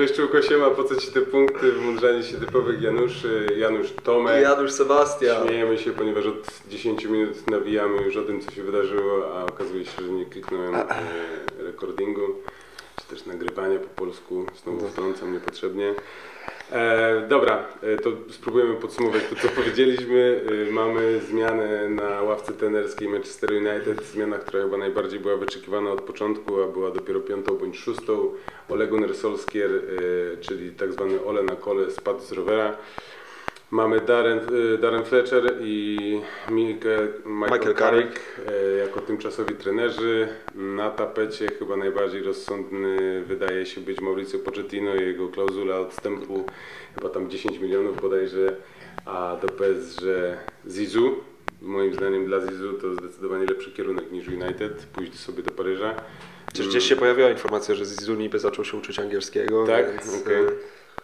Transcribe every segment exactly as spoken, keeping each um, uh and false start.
Jaszczurko siema, po co ci te punkty, wymądrzanie się typowych Januszy, Janusz Tomek. Janusz Sebastian. Śmiejemy się, ponieważ od dziesięciu minut nawijamy już o tym, co się wydarzyło, a okazuje się, że nie kliknąłem e, recordingu, czy też nagrywania po polsku, znowu wtrącam niepotrzebnie. E, dobra, e, to spróbujemy podsumować to, co powiedzieliśmy. E, mamy zmianę na ławce trenerskiej Manchester United, zmiana, która chyba najbardziej była wyczekiwana od początku, a była dopiero piątą bądź szóstą. Ole Gunnar Solskjaer, e, czyli tak zwany Ole na kole, spadł z rowera. Mamy Darren, e, Darren Fletcher i Michael, Michael, Michael Carrick e, jako tymczasowi trenerzy. Na tapecie chyba najbardziej rozsądny wydaje się być Mauricio Pochettino i jego klauzula odstępu, chyba tam dziesięć milionów bodajże, a do P S G Zizou. Moim zdaniem dla Zizou to zdecydowanie lepszy kierunek niż United, pójść sobie do Paryża. Przecież gdzieś się pojawiła informacja, że Zizou niby zaczął się uczyć angielskiego. Tak? Więc... Okej. Okay.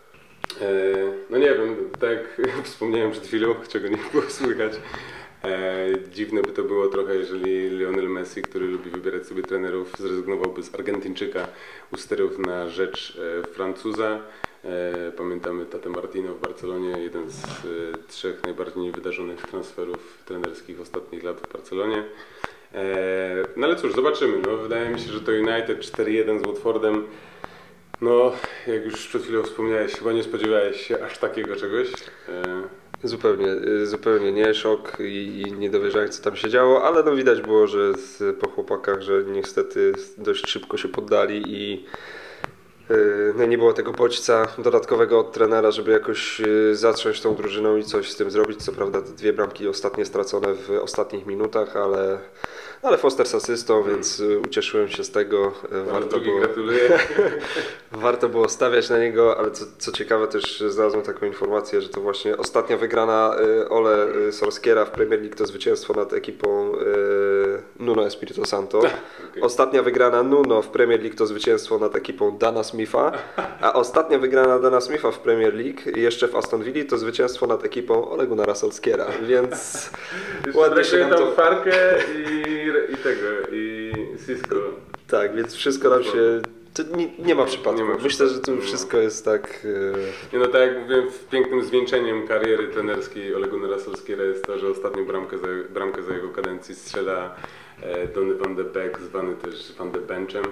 No nie wiem, tak jak wspomniałem przed chwilą, czego nie było słychać. E, dziwne by to było trochę, jeżeli Lionel Messi, który lubi wybierać sobie trenerów, zrezygnowałby z Argentyńczyka u sterów na rzecz e, Francuza. E, pamiętamy Tate Martino w Barcelonie, jeden z e, trzech najbardziej wydarzonych transferów trenerskich ostatnich lat w Barcelonie. E, no ale cóż, zobaczymy. No, wydaje mi się, że to United cztery jeden z Watfordem. No, jak już przed chwilą wspomniałeś, chyba nie spodziewałeś się aż takiego czegoś. E... Zupełnie, zupełnie nie, szok i, i nie dowierzałem, co tam się działo, ale no widać było, że z, po chłopakach, że niestety dość szybko się poddali i yy, no nie było tego bodźca dodatkowego od trenera, żeby jakoś yy, zacząć tą drużyną i coś z tym zrobić. Co prawda te dwie bramki ostatnie stracone w ostatnich minutach, ale... Ale Foster z asystą, więc ucieszyłem się z tego. Warto było, gratuluję. warto było stawiać na niego, ale co, co ciekawe też znalazłem taką informację, że to właśnie ostatnia wygrana Ole Solskjaera w Premier League to zwycięstwo nad ekipą Nuno Espirito Santo. Okay. Ostatnia wygrana Nuno w Premier League to zwycięstwo nad ekipą Dana Smitha, a ostatnia wygrana Dana Smitha w Premier League jeszcze w Aston Villa to zwycięstwo nad ekipą Ole Gunnara Solskjaera, więc ładnie się nam to... Farkę i i tego, i Cisco. Tak, więc wszystko nam się... To nie, nie ma przypadku. Nie ma Myślę, przypadku. że tu wszystko jest tak... Nie no tak jak mówiłem, pięknym zwieńczeniem kariery trenerskiej Ole Gunnara Solskjaera jest to, że ostatnią bramkę za, bramkę za jego kadencji strzela e, Donny van de Beek, zwany też Van de Benchem.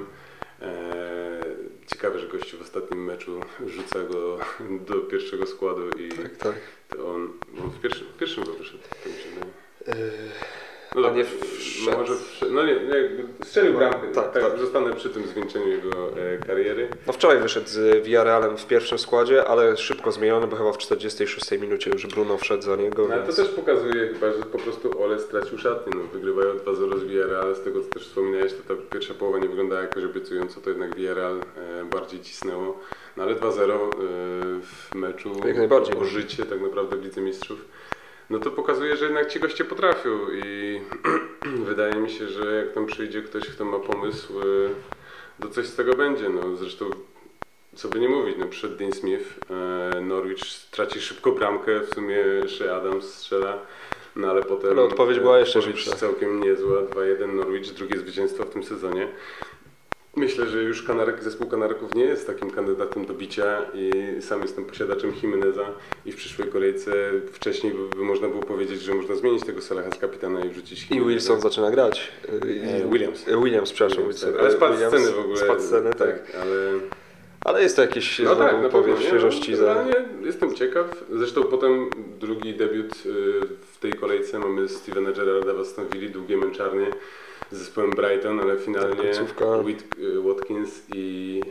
E, ciekawe, że gościu w ostatnim meczu rzuca go do pierwszego składu i tak, tak. To on, on w pierwszym, w pierwszym go wyszedł, to mi się wydaje. No dobra, nie wszedł. Może wszedł, no nie, nie strzelił bramkę, tak, tak, tak. Zostanę przy tym zwieńczeniu jego e, kariery. No wczoraj wyszedł z Villarrealem w pierwszym składzie, ale szybko zmieniony, bo chyba w czterdziestej szóstej minucie już Bruno wszedł za niego. No, więc... To też pokazuje chyba, że po prostu Ole stracił szatnię, no, wygrywają dwa zero z Villarreal, z tego co też wspominałeś, to ta pierwsza połowa nie wyglądała jakoś obiecująco, to jednak Villarreal e, bardziej cisnęło, no ale dwa zero e, w meczu jak najbardziej o życie tak naprawdę w Lidze Mistrzów. No to pokazuje, że jednak ci goście potrafią i wydaje mi się, że jak tam przyjdzie ktoś, kto ma pomysł, to coś z tego będzie. No zresztą, co by nie mówić, no przyszedł Dean Smith, Norwich traci szybko bramkę, w sumie Shea Adams strzela, no ale potem no, odpowiedź była jeszcze szybsza. Całkiem niezła, dwa jeden Norwich, drugie zwycięstwo w tym sezonie. Myślę, że już Kanarek, zespół Kanarków nie jest takim kandydatem do bicia i sam jestem posiadaczem Jimeneza i w przyszłej kolejce wcześniej by, by można było powiedzieć, że można zmienić tego Salaha z kapitana i wrzucić Jimeneza. I Wilson zaczyna grać. E, Williams. Williams, przepraszam. Williams, tak. Ale spadł z sceny w ogóle. Spadł z sceny, tak. tak. Ale... ale jest to jakieś no tak, na powiew świeżości. No, za... Jestem ciekaw. Zresztą potem drugi debiut w tej kolejce mamy Stevena Gerrarda w Aston Villa, długie męczarnie z zespołem Brighton, ale finalnie Whit, Watkins i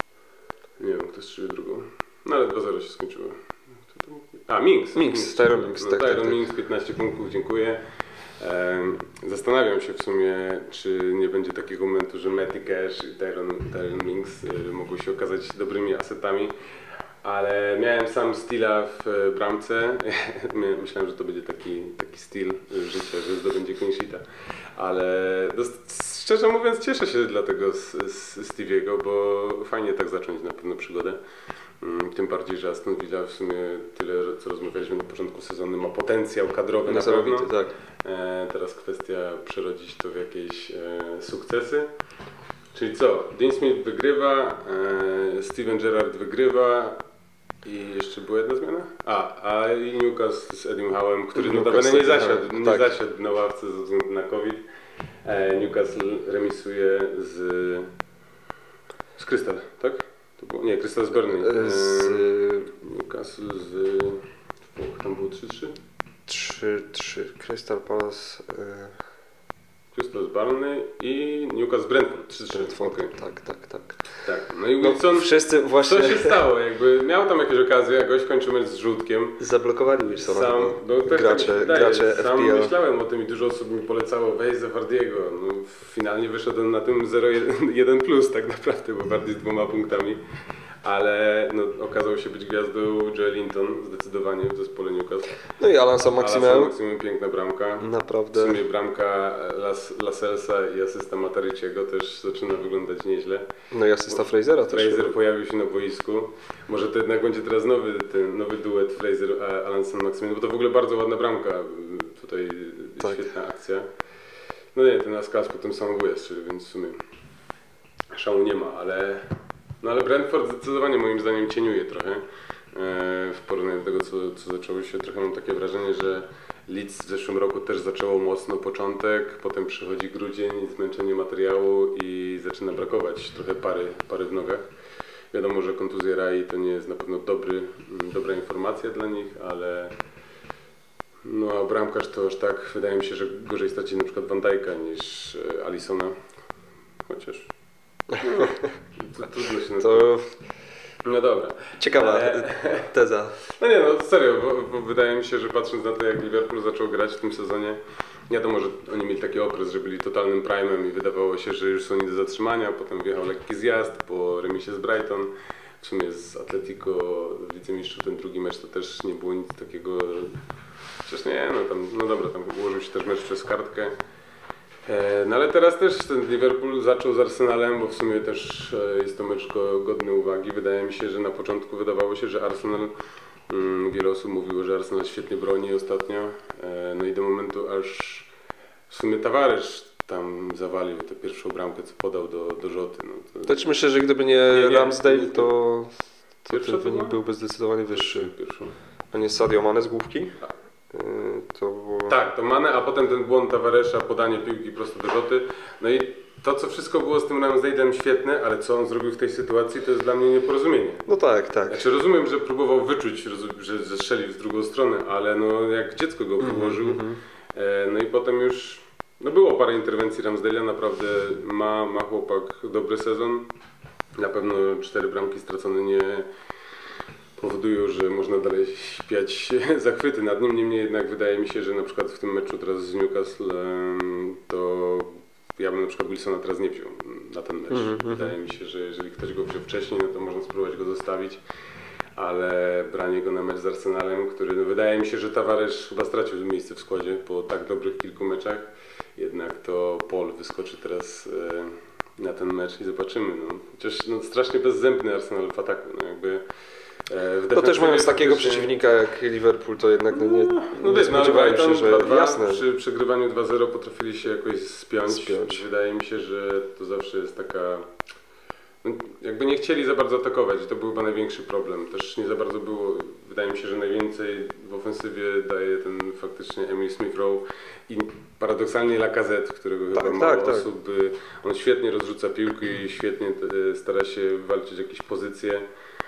nie wiem, kto strzelił drugą. No ale dwa zero się skończyło. A, Mings. Mings, Tyrone Mings. No, tak, Tyrone tak, tak. Mings, piętnaście punktów, dziękuję. Zastanawiam się w sumie, czy nie będzie takiego momentu, że Matty Cash i Tyrone, Tyrone Mings mogą się okazać dobrymi asetami. Ale miałem sam Steela w bramce, myślałem, że to będzie taki, taki styl życia, że zdobędzie clean sheeta. Ale dost, szczerze mówiąc cieszę się dlatego z, z Stevie'ego, bo fajnie tak zacząć na pewno przygodę. Tym bardziej, że Aston Villa w sumie tyle, co rozmawialiśmy na początku sezonu, ma potencjał kadrowy na pewno. Tak. E, teraz kwestia przerodzić to w jakieś e, sukcesy. Czyli co? Dean Smith wygrywa, e, Steven Gerrard wygrywa i jeszcze była jedna zmiana? A, a i Newcastle z Edim Howem, który notabene nie zasiadł, nie tak. zasiadł na ławce ze względu na COVID. E, Newcastle remisuje z, z Crystal, tak? To było, nie, Crystal z Burnley. E, z... Newcastle z... Tam było trzy trzy? trzy trzy. Crystal Palace... E... Crystal z Burnley i Newcastle z Brentford. trzy trzy. Okay. Tak, tak, tak. Tak. No i Wilson, no, wszyscy właśnie... co się stało? Jakby miał tam jakieś okazje, jak goś kończył mecz z rzutkiem. Zablokowali Wilsona. Sam, no, tak gracze, tak gracze Sam F P L. myślałem o tym i dużo osób mi polecało wejść za Wardiego. No, finalnie wyszedł na tym zero jeden plus tak naprawdę, bo Wardy z dwoma punktami. Ale no, okazał się być gwiazdą Joe Linton zdecydowanie w zespole Newcastle. No i Alan Saint-Maximin. Alan Saint-Maximin, piękna bramka. Naprawdę. W sumie bramka Las, Laselsa i asysta Matariciego też zaczyna wyglądać nieźle. No i asysta Frasera też. Fraser pojawił się na boisku. Może to jednak będzie teraz nowy, ten nowy duet Fraser-Alan Saint-Maximin, bo to w ogóle bardzo ładna bramka. Tutaj tak. Świetna akcja. No nie, ten Askas potem samobój strzelił, więc w sumie szału nie ma, ale... No ale Brentford zdecydowanie moim zdaniem cieniuje trochę e, w porównaniu do tego, co, co zaczęło się. Trochę mam takie wrażenie, że Leeds w zeszłym roku też zaczęło mocno początek, potem przychodzi grudzień, zmęczenie materiału i zaczyna brakować trochę pary, pary w nogach. Wiadomo, że kontuzja Rai to nie jest na pewno dobry, dobra informacja dla nich, ale no a bramkarz to aż tak wydaje mi się, że gorzej straci na przykład Van Dijk'a niż Alissona, chociaż... No, to trudno się na to... No dobra. Ciekawa ale... teza. No nie no, serio, bo, bo wydaje mi się, że patrząc na to, jak Liverpool zaczął grać w tym sezonie, wiadomo, że oni mieli taki okres, że byli totalnym prime'em i wydawało się, że już są nie do zatrzymania, potem wjechał lekki zjazd po remisie z Brighton, w sumie z Atletico w Lidze Mistrzów ten drugi mecz to też nie było nic takiego, chociaż nie, no tam, no dobra, tam ułożył się też mecz przez kartkę. No ale teraz też ten Liverpool zaczął z Arsenalem, bo w sumie też jest to mecz godny uwagi. Wydaje mi się, że na początku wydawało się, że Arsenal, mm, wiele osób mówiło, że Arsenal świetnie broni ostatnio. No i do momentu aż w sumie Tavares tam zawalił tę pierwszą bramkę, co podał do, do Rzoty. No to... Też myślę, że gdyby nie, nie, nie Ramsdale, nie, nie. to, to ten wynik byłby zdecydowanie wyższy. Pierwszą. A nie Sadio Mane z główki? A. To było... Tak, to Mane, a potem ten błąd Tavaresa, podanie piłki prosto do Rzoty. No i to, co wszystko było z tym Ramsdale'em świetne, ale co on zrobił w tej sytuacji, to jest dla mnie nieporozumienie. No tak, tak. Znaczy rozumiem, że próbował wyczuć, że zestrzelił w drugą stronę, ale no jak dziecko go położył. Mm-hmm. No i potem już, no było parę interwencji Ramsdale'a, naprawdę ma, ma chłopak dobry sezon. Na pewno cztery bramki stracone nie... powodują, że można dalej śpiać zachwyty nad nim. Niemniej jednak wydaje mi się, że na przykład w tym meczu teraz z Newcastle to ja bym na przykład Wilsona teraz nie wziął na ten mecz. Mm-hmm. Wydaje mi się, że jeżeli ktoś go wziął wcześniej, no to można spróbować go zostawić, ale branie go na mecz z Arsenalem, który no wydaje mi się, że Tavares chyba stracił miejsce w składzie po tak dobrych kilku meczach. Jednak to Paul wyskoczy teraz na ten mecz i zobaczymy. No. Chociaż no, strasznie bezzębny Arsenal w ataku. No, jakby to też mając takiego przeciwnika jak Liverpool, to jednak no, nie, no, no, nie spodziewałem się, że dwa dwa, jasne. Przy przegrywaniu dwa zero potrafili się jakoś spiąć. spiąć. Wydaje mi się, że to zawsze jest taka... No, jakby nie chcieli za bardzo atakować, to był chyba największy problem. Też nie za bardzo było, wydaje mi się, że najwięcej w ofensywie daje ten faktycznie Emil Smith-Rowe i paradoksalnie Lacazette, którego tak, chyba mało tak, osób, tak. On świetnie rozrzuca piłki i świetnie stara się walczyć jakieś pozycje.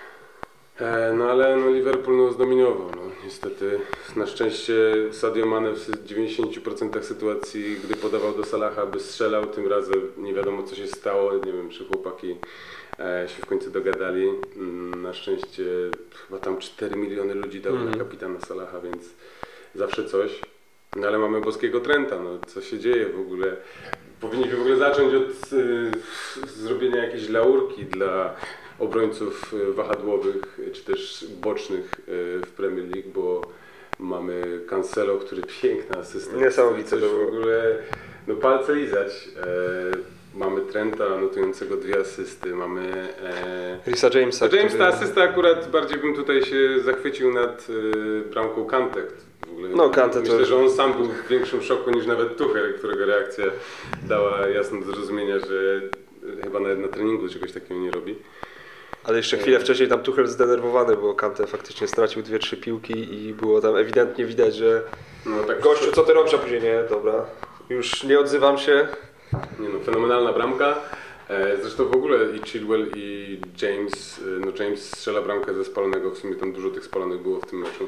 No ale no, Liverpool no, zdominował. No. Niestety na szczęście Sadio Mane w dziewięćdziesięciu procentach sytuacji, gdy podawał do Salaha, by strzelał, tym razem nie wiadomo co się stało, nie wiem czy chłopaki e, się w końcu dogadali. Na szczęście chyba tam cztery miliony ludzi dało mm. na kapitana Salaha, więc zawsze coś. No ale mamy boskiego Trenta, no co się dzieje w ogóle? Powinniśmy w ogóle zacząć od y, zrobienia jakiejś laurki dla obrońców wahadłowych czy też bocznych w Premier League, bo mamy Cancelo, który piękna asysta. Niesamowite to w ogóle no palce lizać. E, mamy Trenta notującego dwie asysty, mamy e, Risa Jamesa. James ta asysta akurat bardziej bym tutaj się zachwycił nad e, bramką Kante. W ogóle no, Kante myślę, to... że on sam był w większym szoku niż nawet Tuchel, którego reakcja dała jasno do zrozumienia, że chyba nawet na treningu czegoś takiego nie robi. Ale jeszcze chwilę wcześniej tam Tuchel zdenerwowany, bo Kante faktycznie stracił dwie, trzy piłki i było tam ewidentnie widać, że No, tak gościu, co ty robisz? A później nie, dobra, już nie odzywam się. Nie no, fenomenalna bramka. Zresztą w ogóle i Chilwell i James, no James strzela bramkę ze spalonego, w sumie tam dużo tych spalonych było w tym meczu.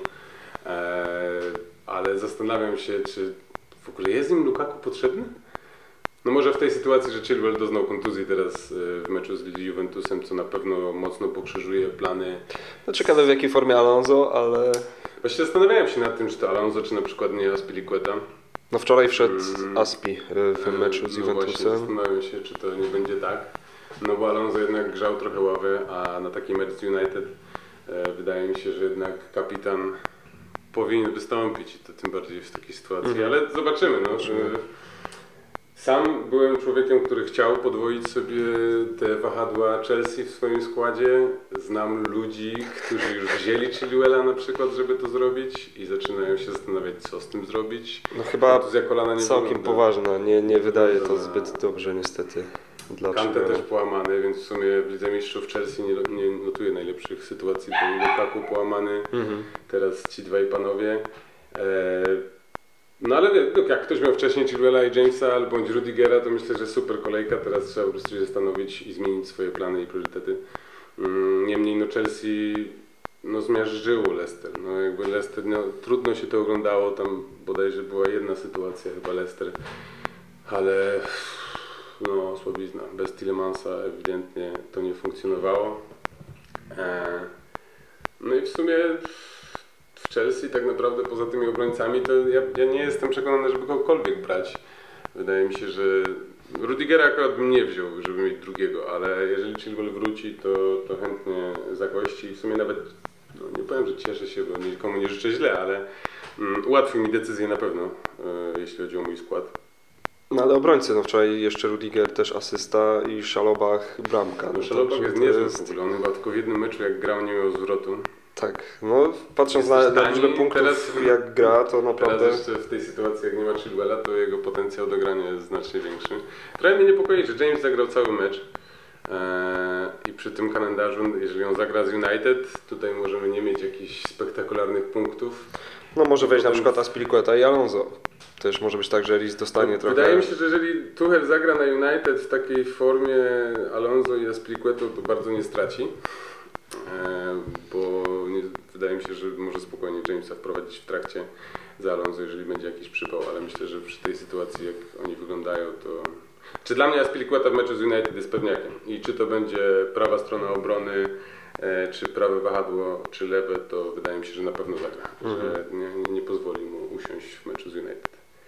Ale zastanawiam się, czy w ogóle jest im Lukaku potrzebny? No może w tej sytuacji, że Chilwell doznał kontuzji teraz w meczu z Juventusem, co na pewno mocno pokrzyżuje plany. No ciekawe w jakiej formie Alonso, ale... Właśnie zastanawiałem się nad tym, czy to Alonso, czy na przykład nie Azpilicueta. No wczoraj wszedł mm, Aspi w meczu z no Juventusem. Właśnie, zastanawiam się, czy to nie będzie tak. No bo Alonso jednak grzał trochę ławę, a na taki mecz z United e, wydaje mi się, że jednak kapitan powinien wystąpić i to tym bardziej w takiej sytuacji, mm. ale zobaczymy. No, że sam byłem człowiekiem, który chciał podwoić sobie te wahadła Chelsea w swoim składzie. Znam ludzi, którzy już wzięli Chilwella na przykład, żeby to zrobić i zaczynają się zastanawiać, co z tym zrobić. No chyba kolana nie całkiem wygląda. poważna, nie, nie wydaje to zbyt dobrze niestety. Dla Kante też połamany, więc w sumie w Lidze Mistrzów Chelsea nie, nie notuje najlepszych sytuacji, bo Lukaku połamany, mm-hmm. teraz ci dwaj panowie. E, no ale jak ktoś miał wcześniej Chilwella i Jamesa albo bądź Rudigera, to myślę, że super kolejka, teraz trzeba po prostu się zastanowić i zmienić swoje plany i priorytety. Mm, niemniej no Chelsea no zmiażdżyło Leicester, no jakby Leicester, no, trudno się to oglądało, tam bodajże była jedna sytuacja chyba Leicester, ale no słabizna, bez Tillemansa ewidentnie to nie funkcjonowało. Eee, no i w sumie w Chelsea tak naprawdę poza tymi obrońcami to ja, ja nie jestem przekonany, żeby kogokolwiek brać. Wydaje mi się, że Rudigera akurat bym nie wziął, żeby mieć drugiego, ale jeżeli Chilwell wróci, to, to chętnie zagości i w sumie nawet, no nie powiem, że cieszę się, bo nikomu nie życzę źle, ale mm, ułatwi mi decyzję na pewno, e, jeśli chodzi o mój skład. No ale obrońcy, no wczoraj jeszcze Rudiger też asysta i Szalobach bramka. No, no Szalobach jest niezły jest... w ogóle, on chyba tylko w jednym meczu jak grał nie miał zwrotu. Tak, no patrząc na, na liczbę punktów teraz, jak gra, to naprawdę... Teraz jeszcze w tej sytuacji jak nie ma Chilwella, to jego potencjał do grania jest znacznie większy. Trochę mnie niepokoi, że James zagrał cały mecz eee, i przy tym kalendarzu, jeżeli on zagra z United, tutaj możemy nie mieć jakichś spektakularnych punktów. No może wejść Potem... na przykład Azpilicueta i Alonso. Też może być tak, że Riz dostanie no, trochę... Wydaje mi się, że jeżeli Tuchel zagra na United w takiej formie Alonso i Azpilicueta, to bardzo nie straci. Bo nie, wydaje mi się, że może spokojnie Jamesa wprowadzić w trakcie za Alonso, jeżeli będzie jakiś przypał, ale myślę, że przy tej sytuacji, jak oni wyglądają, to... Czy dla mnie Azpilicueta w meczu z United jest pewniakiem i czy to będzie prawa strona obrony, e, czy prawe wahadło, czy lewe, to wydaje mi się, że na pewno zagra, mhm. że nie, nie pozwoli mu usiąść w meczu z United.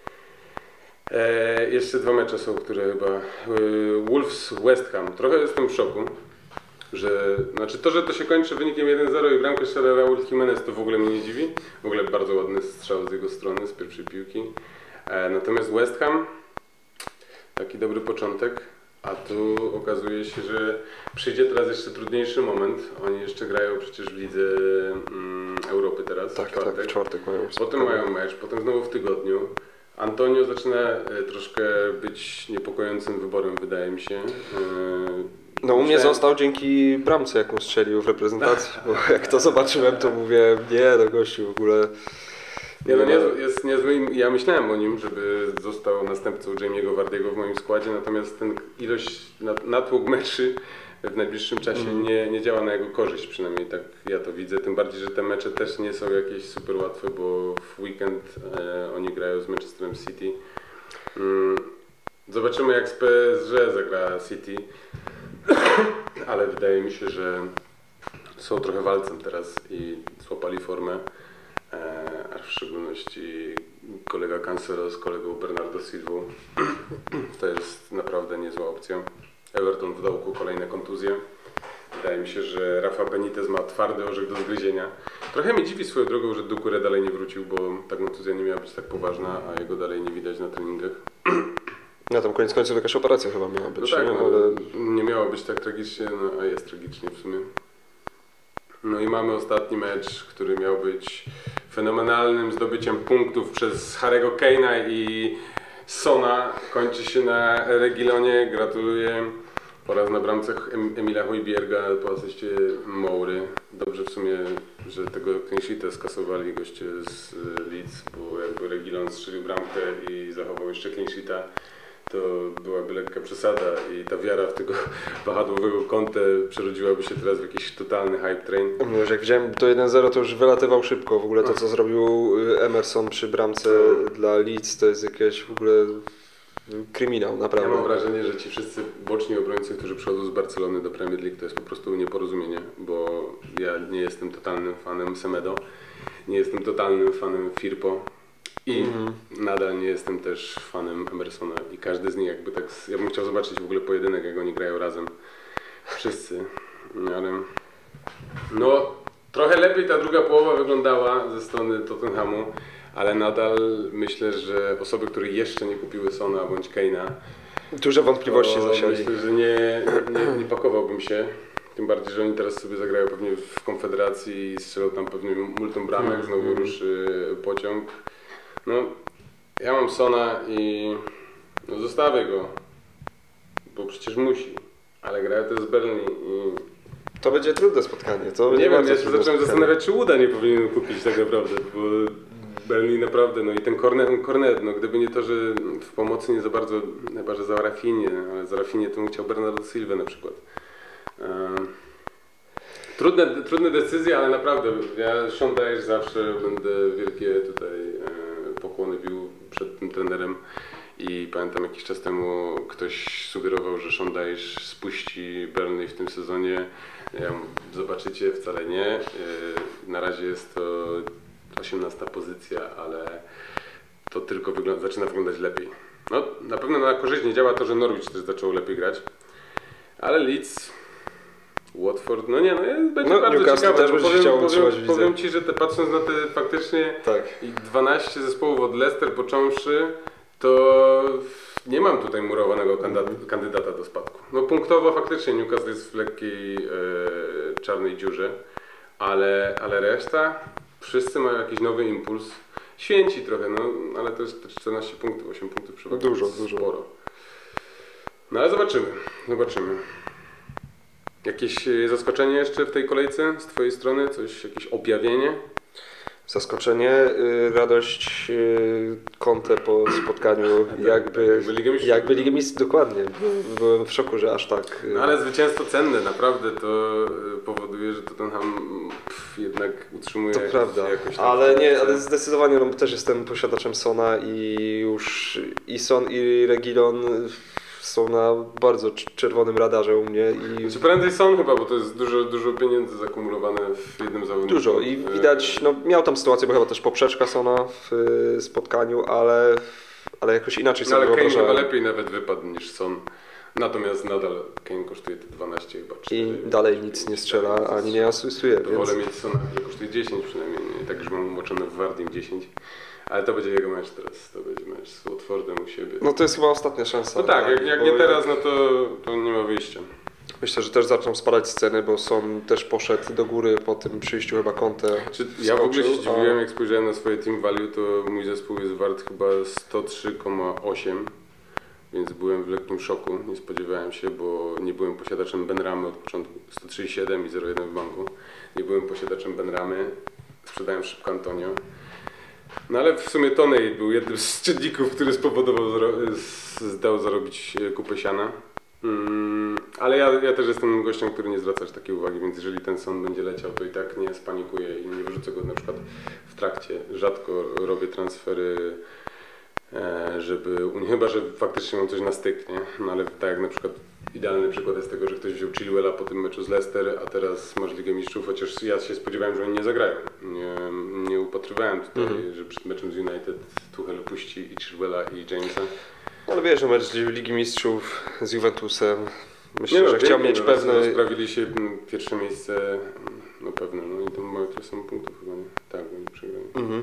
E, jeszcze dwa mecze są, które chyba... E, Wolves West Ham. Trochę jestem w szoku. Że, znaczy to, że to się kończy wynikiem jeden zero i bramkę strzela Raul Jimenez, to w ogóle mnie nie dziwi. W ogóle bardzo ładny strzał z jego strony, z pierwszej piłki. E, natomiast West Ham, taki dobry początek, a tu okazuje się, że przyjdzie teraz jeszcze trudniejszy moment. Oni jeszcze grają przecież w Lidze mm, Europy teraz, tak, w czwartek. Tak, w czwartek mają potem mają mecz, potem znowu w tygodniu. Antonio zaczyna e, troszkę być niepokojącym wyborem, wydaje mi się. E, No u mnie został dzięki bramce, jaką strzelił w reprezentacji, bo jak to zobaczyłem, to mówię, nie, no gościu w ogóle... Nie, no nie, jest niezły. Ja myślałem o nim, żeby został następcą Jamie'ego Vardy'ego w moim składzie, natomiast ten ilość, natłok meczy w najbliższym czasie mm. nie, nie działa na jego korzyść, przynajmniej tak ja to widzę, tym bardziej, że te mecze też nie są jakieś super łatwe, bo w weekend e, oni grają z Manchesterem City. Mm, zobaczymy, jak z P S G zagra City. Ale wydaje mi się, że są trochę walcem teraz i złapali formę, a w szczególności kolega Cancelo z kolegą Bernardo Silvą. To jest naprawdę niezła opcja. Everton w dołku, kolejne kontuzje. Wydaje mi się, że Rafa Benitez ma twardy orzech do zgryzienia. Trochę mnie dziwi swoją drogą, że Doucouré dalej nie wrócił, bo ta kontuzja nie miała być tak poważna, a jego dalej nie widać na treningach. No tam koniec końców jakaś operacja chyba miała być, no tak, nie? No, ale nie miało być tak tragicznie, no, a jest tragicznie w sumie. No i mamy ostatni mecz, który miał być fenomenalnym zdobyciem punktów przez Harry'ego Kane'a i Sona. Kończy się na Reguilonie. Gratuluję Oraz na bramcach Emila Hojbjerga po asyście Moury. Dobrze w sumie, że tego clean sheeta skasowali goście z Leeds, bo jakby Reguilon strzelił bramkę i zachował jeszcze clean sheeta, to byłaby lekka przesada i ta wiara w tego wahadłowego Conte przerodziłaby się teraz w jakiś totalny hype train. No już jak widziałem to jeden zero, to już wylatywał szybko. W ogóle to, co zrobił Emerson przy bramce no. dla Leeds, to jest jakieś w ogóle kryminał, naprawdę. Ja mam wrażenie, że ci wszyscy boczni obrońcy, którzy przychodzą z Barcelony do Premier League, to jest po prostu nieporozumienie, bo ja nie jestem totalnym fanem Semedo, nie jestem totalnym fanem Firpo i mm. nadal nie jestem też fanem Emersona i każdy z nich jakby tak, ja bym chciał zobaczyć w ogóle pojedynek, jak oni grają razem. Wszyscy, ale no trochę lepiej ta druga połowa wyglądała ze strony Tottenhamu. Ale nadal myślę, że osoby, które jeszcze nie kupiły Sona bądź Kane'a, duże wątpliwości zasiali. Myślę, że nie, nie, nie pakowałbym się. Tym bardziej, że oni teraz sobie zagrają pewnie w Konfederacji i strzelą tam pewnie multum bramek, znowu ruszy pociąg. No, ja mam Sona i no, zostawię go, bo przecież musi. Ale grają też z Burnley i... To będzie trudne spotkanie. To nie wiem, ja się zacząłem spotkanie. zastanawiać, czy uda nie powinien kupić tak naprawdę, bo Burnley naprawdę, no i ten Cornet, Cornet, no gdyby nie to, że w pomocy nie za bardzo, chyba że za Rafinie, ale za Rafinie to bym chciał Bernardo Silva na przykład. Um, trudne, trudne decyzje, ale naprawdę, ja Sean Dyche zawsze będę wielkie tutaj e, pokłony bił przed tym trenerem i pamiętam jakiś czas temu ktoś sugerował, że Sean Dyche spuści Burnley w tym sezonie. Ja, zobaczycie, wcale nie. E, na razie jest to osiemnasta pozycja, ale to tylko wygląda, zaczyna wyglądać lepiej. No, na pewno na korzyść nie działa to, że Norwich też zaczął lepiej grać, ale Leeds, Watford, no nie, no będzie no, bardzo Newcastle ciekawe, też powiem, powiem, utrzymać, powiem Ci, że te, patrząc na te faktycznie tak. dwanaście zespołów od Leicester począwszy, to nie mam tutaj murowanego kandydata, kandydata do spadku. No punktowo faktycznie Newcastle jest w lekkiej e, czarnej dziurze, ale, ale reszta... Wszyscy mają jakiś nowy impuls. Święci trochę, no, ale to jest czternaście punktów, osiem punktów przewagi. Dużo, dużo. Sporo. No ale zobaczymy, zobaczymy. Jakieś zaskoczenie jeszcze w tej kolejce z Twojej strony? Coś, jakieś objawienie? Zaskoczenie, radość Conte po spotkaniu, jakby, jakby Ligę Mistrzów, dokładnie. Byłem w szoku, że aż tak. No ale zwycięstwo cenne, naprawdę to powoduje, że Tottenham pff, jednak utrzymuje to jakoś, prawda, jakoś ale nie, ale zdecydowanie no, też jestem posiadaczem Sona i już i Son i Reguilon są na bardzo czerwonym radarze u mnie. I... Czy prędzej Son chyba, bo to jest dużo, dużo pieniędzy zakumulowane w jednym zawodniku. Dużo i widać, no miał tam sytuację, bo chyba też poprzeczka Sona w spotkaniu, ale, ale jakoś inaczej sobie no, ale wyobrażałem. Kane chyba lepiej nawet wypadł niż Son. Natomiast nadal Kane kosztuje te dwanaście chyba. I dalej nic nie strzela, ani nie asystuje. To więc... wolę mieć Sona, który kosztuje dziesięć przynajmniej. I tak już mam umoczone w Wardim dziesięć. Ale to będzie jego mecz teraz, to będzie mecz z Watfordem u siebie. No to jest chyba ostatnia szansa. No tak, jak, jak nie teraz, no to, to nie ma wyjścia. Myślę, że też zaczną spadać sceny, bo Son też poszedł do góry po tym przyjściu chyba Conte. Czy ja w ogóle się zdziwiłem, a... jak spojrzałem na swoje team value, to mój zespół jest wart chyba sto trzy przecinek osiem, więc byłem w lekkim szoku, nie spodziewałem się, bo nie byłem posiadaczem Benramy od początku, sto trzy przecinek siedem i zero przecinek jeden w banku. Nie byłem posiadaczem Benramy, sprzedałem szybko Antonio. No ale w sumie Toney był jednym z czynników, który spowodował, zdał zarobić kupę siana. Mm, ale ja, ja też jestem gościem, który nie zwraca takiej uwagi, więc jeżeli ten Son będzie leciał, to i tak nie spanikuję i nie wyrzucę go na przykład w trakcie. Rzadko robię transfery, e, żeby, chyba że faktycznie mam coś na styk, nie? No ale tak jak na przykład idealny przykład jest tego, że ktoś wziął Chilwella po tym meczu z Leicester, a teraz masz Ligę Mistrzów, chociaż ja się spodziewałem, że oni nie zagrają. Nie, nie upatrywałem tutaj, mm. że przed meczem z United Tuchel puści i Chilwella i Jamesa. Ale wiesz, że mecz Ligi Mistrzów z Juventusem, myślę, nie no, że chciał mieć no, pewne... Sprawili się pierwsze miejsce, no pewne, no i tam mają tyle samo punktów chyba, nie? Tak, bo nie przegrali. Mhm.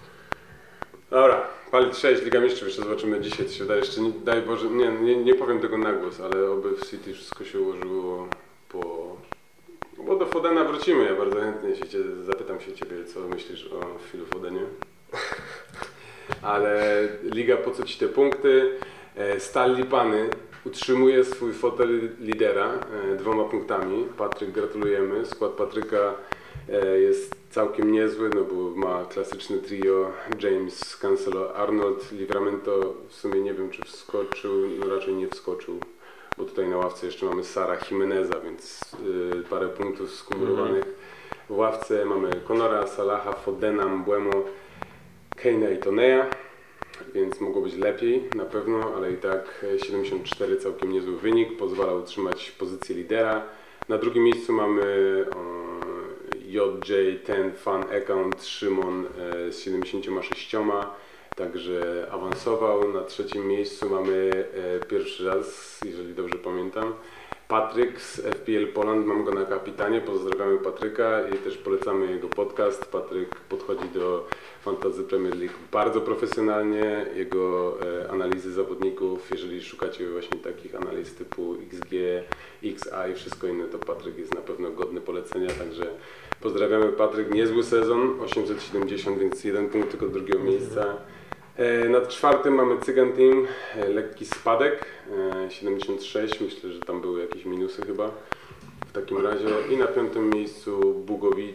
Dobra, Palit sześć, Liga Mistrzów, jeszcze zobaczymy dzisiaj, co się da. Jeszcze nie, daj Boże, nie, nie, nie powiem tego na głos, ale oby w City wszystko się ułożyło po... Bo do Fodena wrócimy, ja bardzo chętnie się cię, zapytam się Ciebie, co myślisz o Philu Fodenie. Ale Liga, po co Ci te punkty? Stal Lipany utrzymuje swój fotel lidera e, dwoma punktami. Patryk, gratulujemy. Skład Patryka e, jest całkiem niezły, no bo ma klasyczne trio James, Cancelo, Arnold. Livramento w sumie nie wiem, czy wskoczył, no raczej nie wskoczył, bo tutaj na ławce jeszcze mamy Sara Jimeneza, więc y, parę punktów skumulowanych. W ławce mamy Conora, Salaha, Fodena, Mbeumo, Keina i Tonea, więc mogło być lepiej na pewno, ale i tak siedemdziesiąt cztery całkiem niezły wynik, pozwala utrzymać pozycję lidera. Na drugim miejscu mamy o, J J ten Fan Account Szymon e, z siedemdziesięcioma sześcioma. Także awansował. Na trzecim miejscu mamy e, pierwszy raz, jeżeli dobrze pamiętam, Patryk z F P L Poland. Mam go na kapitanie. Pozdrawiamy Patryka i też polecamy jego podcast. Patryk podchodzi do Fantasy Premier League bardzo profesjonalnie. Jego e, analizy zawodników, jeżeli szukacie właśnie takich analiz typu X G, X I i wszystko inne, to Patryk jest na pewno godny polecenia. Także pozdrawiamy Patryk. Niezły sezon, osiemset siedemdziesiąt, więc jeden punkt tylko do drugiego miejsca. Na czwartym mamy Cygan Team, lekki spadek, siedemdziesiąt sześć, myślę, że tam były jakieś minusy chyba w takim razie. I na piątym miejscu Bugowi...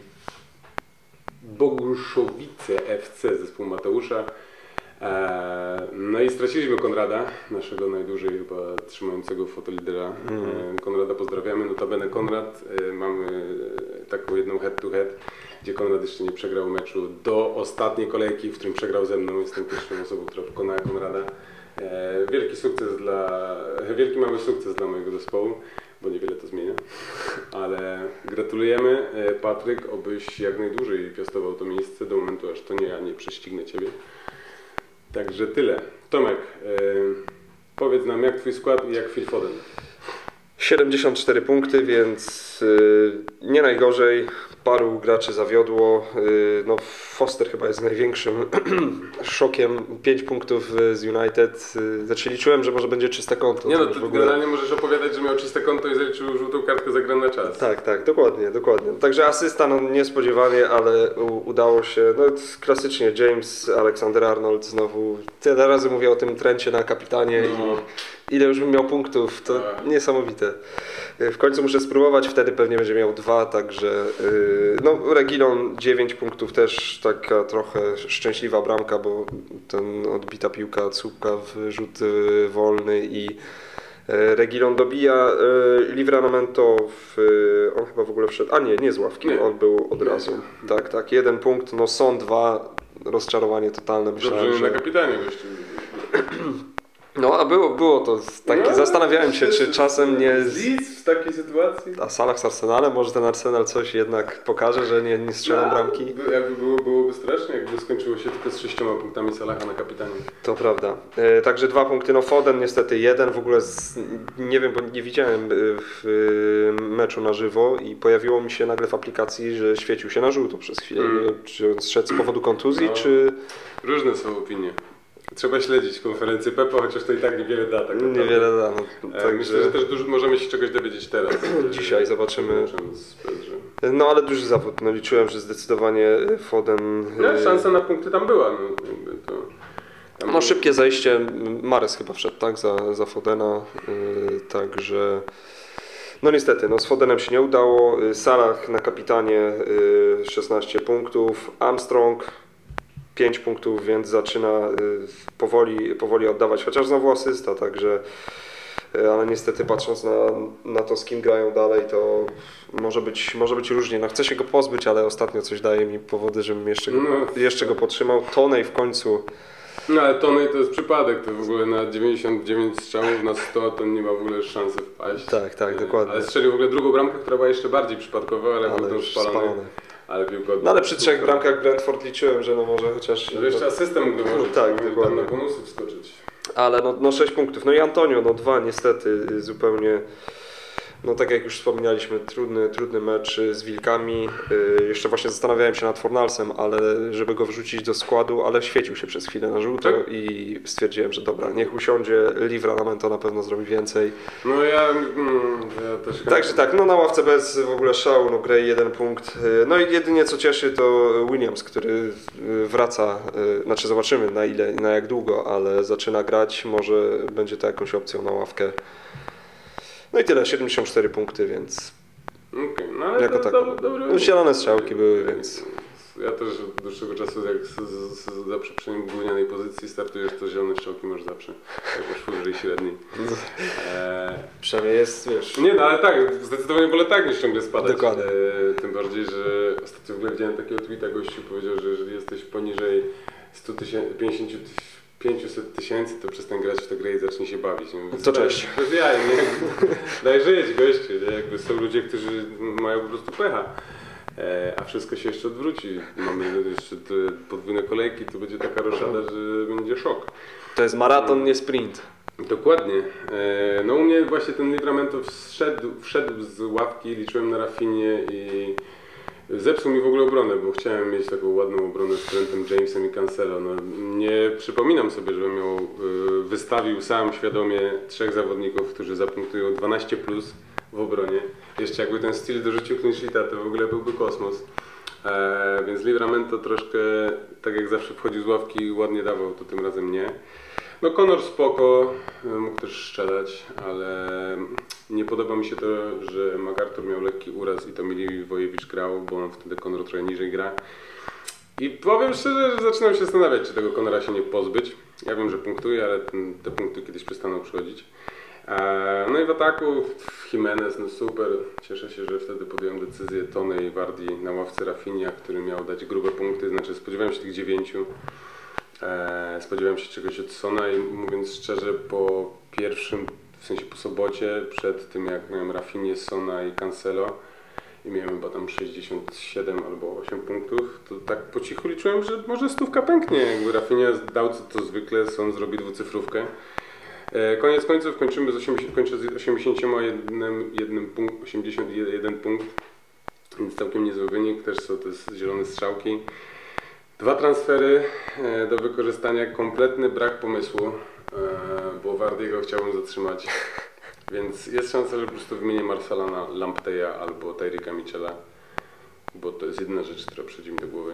Boguszowice F C, zespół Mateusza. No i straciliśmy Konrada, naszego najdłużej chyba trzymającego fotolidera. Mm. Konrada pozdrawiamy, notabene Konrad, mamy taką jedną head to head, gdzie Konrad jeszcze nie przegrał meczu do ostatniej kolejki, w którym przegrał ze mną. Jestem pierwszą osobą, która pokonała Konrada. Wielki sukces dla, wielki mały sukces dla mojego zespołu, bo niewiele to zmienia, ale gratulujemy. Patryk, obyś jak najdłużej piastował to miejsce do momentu, aż to nie ja nie prześcignę Ciebie. Także tyle. Tomek, yy, powiedz nam, jak Twój skład i jak Phil Foden? siedemdziesiąt cztery punkty, więc yy, nie najgorzej. Paru graczy zawiodło. Yy, no Foster chyba jest największym szokiem. pięć punktów z United. Yy, znaczy liczyłem, że może będzie czyste konto. Nie no, ty ogóle... generalnie możesz opowiadać, że miał czyste konto i zaliczył żółtą kartkę za grę na czas. Tak, tak, dokładnie, dokładnie. Także asysta no, niespodziewanie, ale u, udało się. No klasycznie James, Alexander-Arnold znowu. Tyle razy mówię o tym trencie na kapitanie no. i ile już bym miał punktów, to A. niesamowite. W końcu muszę spróbować, wtedy pewnie będzie miał dwa, także yy, no Reguilon dziewięć punktów, też taka trochę szczęśliwa bramka, bo ten odbita piłka od słupka w rzut yy, wolny i yy, Reguilon dobija. Yy, Livramento, w, yy, on chyba w ogóle wszedł, a nie, nie z ławki, nie. On był od razu. Nie. Tak, tak, jeden punkt, no są dwa, rozczarowanie totalne. Myślałem, Dobrze, że... na kapitanie gościu. No, a było, było to takie, no, zastanawiałem się, czy czasem nie... Zlic w takiej sytuacji? A Salah z Arsenalem, może ten Arsenal coś jednak pokaże, że nie, nie strzelam no, bramki? Jakby było, byłoby strasznie, jakby skończyło się tylko z sześcioma punktami Salaha na kapitanie. To prawda. E, także dwa punkty, no Foden niestety jeden, w ogóle z, nie wiem, bo nie widziałem w meczu na żywo i pojawiło mi się nagle w aplikacji, że świecił się na żółto przez chwilę. Mm. Czy on zszedł z powodu kontuzji, no, czy... Różne są opinie. Trzeba śledzić konferencję Pepa, chociaż to i tak niewiele da. Tak niewiele da. No, e, także... Myślę, że też dużo, możemy się czegoś dowiedzieć teraz. Dzisiaj zobaczymy. No ale duży zawód. No, liczyłem, że zdecydowanie Foden... No, szansa na punkty tam była. No, to, tam no było... szybkie zajście. Mares chyba wszedł, tak? Za, za Fodena. Yy, także... No niestety, no z Fodenem się nie udało. Salah na kapitanie yy, szesnaście punktów. Armstrong pięć punktów, więc zaczyna y, powoli, powoli oddawać, chociaż znowu asysta, także y, ale niestety patrząc na, na to, z kim grają dalej, to może być, może być różnie. No chcę się go pozbyć, ale ostatnio coś daje mi powody, żebym jeszcze go, no. jeszcze go podtrzymał. Tonej w końcu. No ale Tonej to jest przypadek, to w ogóle na dziewięćdziesiąt dziewięć strzałów na sto to nie ma w ogóle szansy wpaść. Tak, tak, dokładnie. Ale strzelił w ogóle drugą bramkę, która była jeszcze bardziej przypadkowa, ale, ale był spalony. spalony. Ale piłka no ale przy trzech bramkach Brentford liczyłem, że no może chociaż... No jeszcze asystę mógł dołożyć, no, tak, tam na bonusy wskoczyć. Ale no, no sześć punktów. No i Antonio, no dwa niestety zupełnie No tak jak już wspomnieliśmy, trudny, trudny mecz z Wilkami. Yy, jeszcze właśnie zastanawiałem się nad Fornalsem, ale żeby go wrzucić do składu, ale świecił się przez chwilę na żółto tak? i stwierdziłem, że dobra, niech usiądzie. Livramento na pewno zrobi więcej. No ja, mm, ja też... Także tak, no na ławce bez w ogóle szału, no Gray jeden punkt. No i jedynie co cieszy to Williams, który wraca, znaczy zobaczymy na ile, na jak długo, ale zaczyna grać, może będzie to jakąś opcją na ławkę. No i tyle, siedemdziesiąt cztery punkty, więc okay, no ale jako to, tako. do, dobry No, zielone strzałki były, więc... Ja też od dłuższego czasu, jak z, z, z, zawsze przy gównianej pozycji startujesz, to zielone strzałki masz zawsze, jak masz powyżej średniej. E... Przynajmniej jest, wiesz... Nie no, ale tak, zdecydowanie wolę tak niż ciągle spadać. Dokładnie. E, tym bardziej, że ostatnio w ogóle widziałem takiego tweeta, gościu powiedział, że jeżeli jesteś poniżej sto pięćdziesiąt pięćset tysięcy, to przestań grać w tę grę i zacznij się bawić. Nie? To cześć. Bez jaj, nie? Daj żyć, gościu, nie? Jakby są ludzie, którzy mają po prostu pecha. E, a wszystko się jeszcze odwróci. Mamy jeszcze te podwójne kolejki, to będzie taka roszada, że będzie szok. To jest maraton, nie sprint. Dokładnie. E, no u mnie właśnie ten Livramento wszedł, wszedł z ławki, liczyłem na Rafinie i zepsuł mi w ogóle obronę, bo chciałem mieć taką ładną obronę z Trentem Jamesem i Cancelo. No, nie przypominam sobie, żebym miał, y, wystawił sam świadomie trzech zawodników, którzy zapunktują dwanaście plus w obronie. Jeszcze jakby ten styl dorzucił clean sheeta, to w ogóle byłby kosmos. E, więc Livramento troszkę, tak jak zawsze wchodził z ławki, ładnie dawał, to tym razem nie. No Conor spoko, mógł też strzelać, ale nie podoba mi się to, że MacArthur miał lekki uraz i to Miliwojewicz grał, bo on wtedy Conor trochę niżej gra. I powiem szczerze, że zaczynam się zastanawiać, czy tego Conora się nie pozbyć. Ja wiem, że punktuje, ale ten, te punkty kiedyś przestaną przychodzić. No i w ataku Jimenez, no super, cieszę się, że wtedy podjąłem decyzję Tony i Vardy na ławce Rafinha, który miał dać grube punkty, znaczy spodziewałem się tych dziewięciu. Spodziewałem się czegoś od Sona i mówiąc szczerze, po pierwszym, w sensie po sobocie, przed tym jak miałem Rafinha, Sona i Cancelo i miałem chyba tam sześćdziesiąt siedem albo osiem punktów, to tak po cichu liczyłem, że może stówka pęknie, jakby Rafinha dał co to zwykle, Son zrobi dwucyfrówkę. Koniec końców kończymy z osiemdziesiąt, kończę z osiemdziesiąt jeden punkt, osiemdziesiąt jeden punkt, więc całkiem niezły wynik, też są to zielone strzałki. Dwa transfery do wykorzystania, kompletny brak pomysłu, bo Vardy'ego chciałbym zatrzymać, więc jest szansa, że po prostu wymienię Marsala na Lampteja albo Tyricka Mitchella, bo to jest jedyna rzecz, która przychodzi mi do głowy.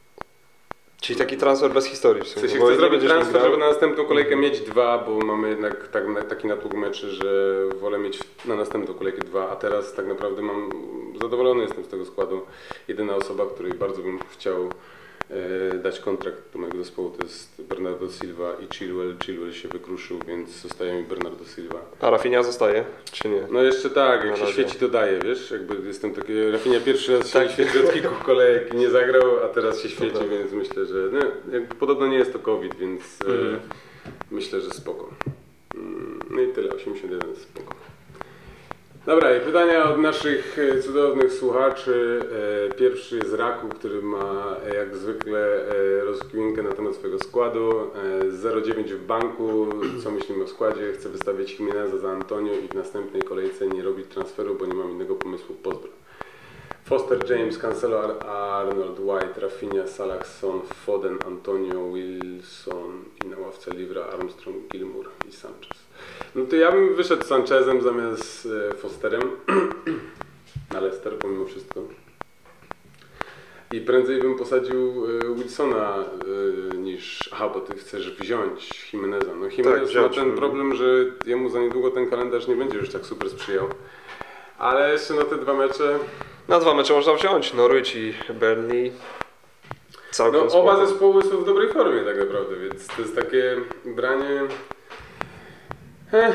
Czyli taki transfer bez historii w sumie. W sensie chcę zrobić transfer, żeby na następną kolejkę mieć dwa, bo mamy jednak tak, taki natłok meczy, że wolę mieć na następną kolejkę dwa, a teraz tak naprawdę mam, zadowolony jestem z tego składu. Jedyna osoba, której bardzo bym chciał e, dać kontrakt do mojego zespołu, to jest Bernardo Silva i Chilwell. Chilwell się wykruszył, więc zostaje mi Bernardo Silva. A Rafinha zostaje, czy nie? No jeszcze tak, jak na się razie. świeci, to daje, wiesz, jakby jestem taki, Rafinha pierwszy raz się świeci od kilku kolejek i nie zagrał, a teraz się świeci, Dobra. więc myślę, że no, jakby podobno nie jest to COVID, więc Mhm. e, myślę, że spoko. Mm, No i tyle, osiemdziesiąt jeden spoko. Dobra, i pytania od naszych e, cudownych słuchaczy. E, Pierwszy jest Raku, który ma e, jak zwykle e, rozkminkę na temat swojego składu. E, zero dziewięć w banku, co myślimy o składzie? Chcę wystawiać Jimeneza za Antonio i w następnej kolejce nie robić transferu, bo nie mam innego pomysłu. Pozdro. Foster, James, Cancelo, Arnold, White, Rafinha, Salah, Son, Foden, Antonio, Wilson i na ławce Livra, Armstrong, Gilmour i Sanchez. No to ja bym wyszedł z Sanchezem zamiast e, Fosterem na Leicester pomimo wszystko. I prędzej bym posadził e, Wilsona e, niż... Aha, bo ty chcesz wziąć Jimeneza. No Jimenez Tak, wziąć. ma ten problem, że jemu za niedługo ten kalendarz nie będzie już tak super sprzyjał. Ale jeszcze na te dwa mecze... Na dwa mecze można wziąć, Norwich i Burnley. Całkiem No spoko. oba zespoły są w dobrej formie tak naprawdę, więc to jest takie branie... Ech.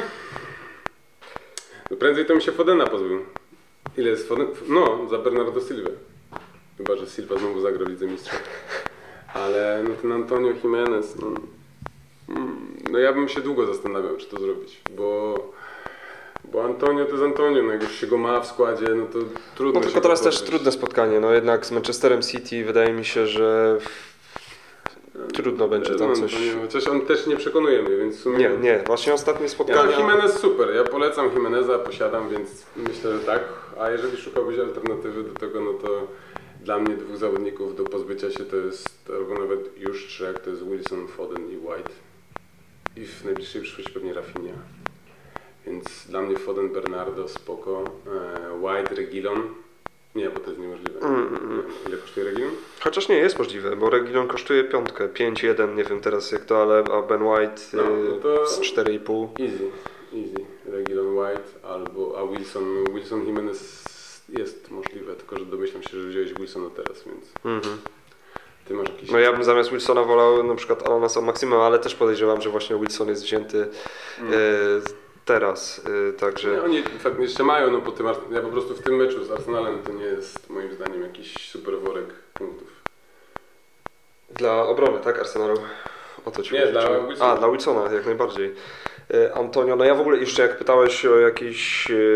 No prędzej to mi się Fodena pozbył. Ile jest Foden? No, za Bernardo Silva. Chyba, że Silva znowu zagra w Lidze Mistrzów. Ale no ten Antonio Jimenez, no, mm, no ja bym się długo zastanawiał, czy to zrobić, bo... Bo Antonio to jest Antonio, no jak już się go ma w składzie, no to trudno No się tylko teraz go też pozbyć. trudne spotkanie, no jednak z Manchesterem City wydaje mi się, że trudno będzie tam coś... Chociaż on też nie przekonuje mnie, więc w sumie... Nie, nie, właśnie ostatnie spotkanie... Ja, Jimenez super, ja polecam Jimeneza, posiadam, więc myślę, że tak. A jeżeli szukałbyś alternatywy do tego, no to dla mnie dwóch zawodników do pozbycia się to jest, albo nawet już trzech, to jest Wilson, Foden i White. I w najbliższej przyszłości pewnie Rafinha. Więc dla mnie Foden, Bernardo, spoko. White, Reguilon. Nie, bo to jest niemożliwe. Mm, mm. Ile kosztuje Reguilon? Chociaż nie jest możliwe, bo Reguilon kosztuje piątkę, pięć jeden, nie wiem teraz jak to, ale a Ben White no, no to z cztery i pół. Easy, easy. Reguilon, White albo, a Wilson, Wilson, Jimenez jest możliwe, tylko że domyślam się, że wziąłeś Wilsona teraz, więc... Mm-hmm. Ty masz jakiś... No ja bym zamiast Wilsona wolał na przykład Alana Saint-Maximin, ale też podejrzewam, że właśnie Wilson jest wzięty mm. e, teraz, e, także... Nie, oni fakt jeszcze mają, no po tym, ja po prostu w tym meczu z Arsenalem to nie jest moim zdaniem jakiś super worek punktów. Dla obrony, tak, Arsenalu? O to ci Nie, dla Wilsona. A, dla Wilsona, jak najbardziej. E, Antonio, no ja w ogóle jeszcze jak pytałeś o jakiś e,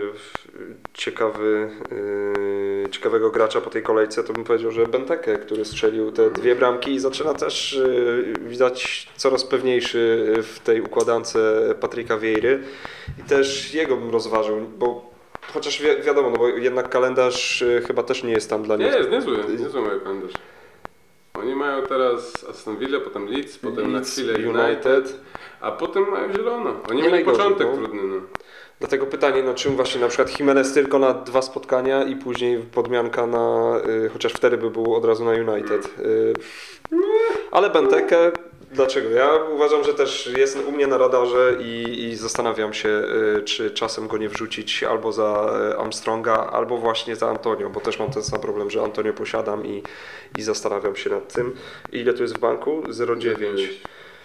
ciekawy, e, ciekawego gracza po tej kolejce, to bym powiedział, że Benteke, który strzelił te dwie bramki i zaczyna też e, widać coraz pewniejszy w tej układance Patryka Vieiry i też jego bym rozważył, bo chociaż wi- wiadomo, no bo jednak kalendarz e, chyba też nie jest tam dla nich. Nie, jest niezły, niezły mają kalendarz. Oni mają teraz Aston Villa, potem Leeds, potem Leeds, na chwilę United, United, a potem mają zielono. Oni nie mieli początek no. trudny. No. Dlatego pytanie, no czym właśnie na przykład Jimenez tylko na dwa spotkania i później podmianka na, y, chociaż wtedy by był od razu na United. Y, ale Benteke, dlaczego? Ja uważam, że też jest u mnie na radarze i, i zastanawiam się, y, czy czasem go nie wrzucić albo za Armstronga, albo właśnie za Antonio, bo też mam ten sam problem, że Antonio posiadam i, i zastanawiam się nad tym. Ile tu jest w banku? zero przecinek dziewięć.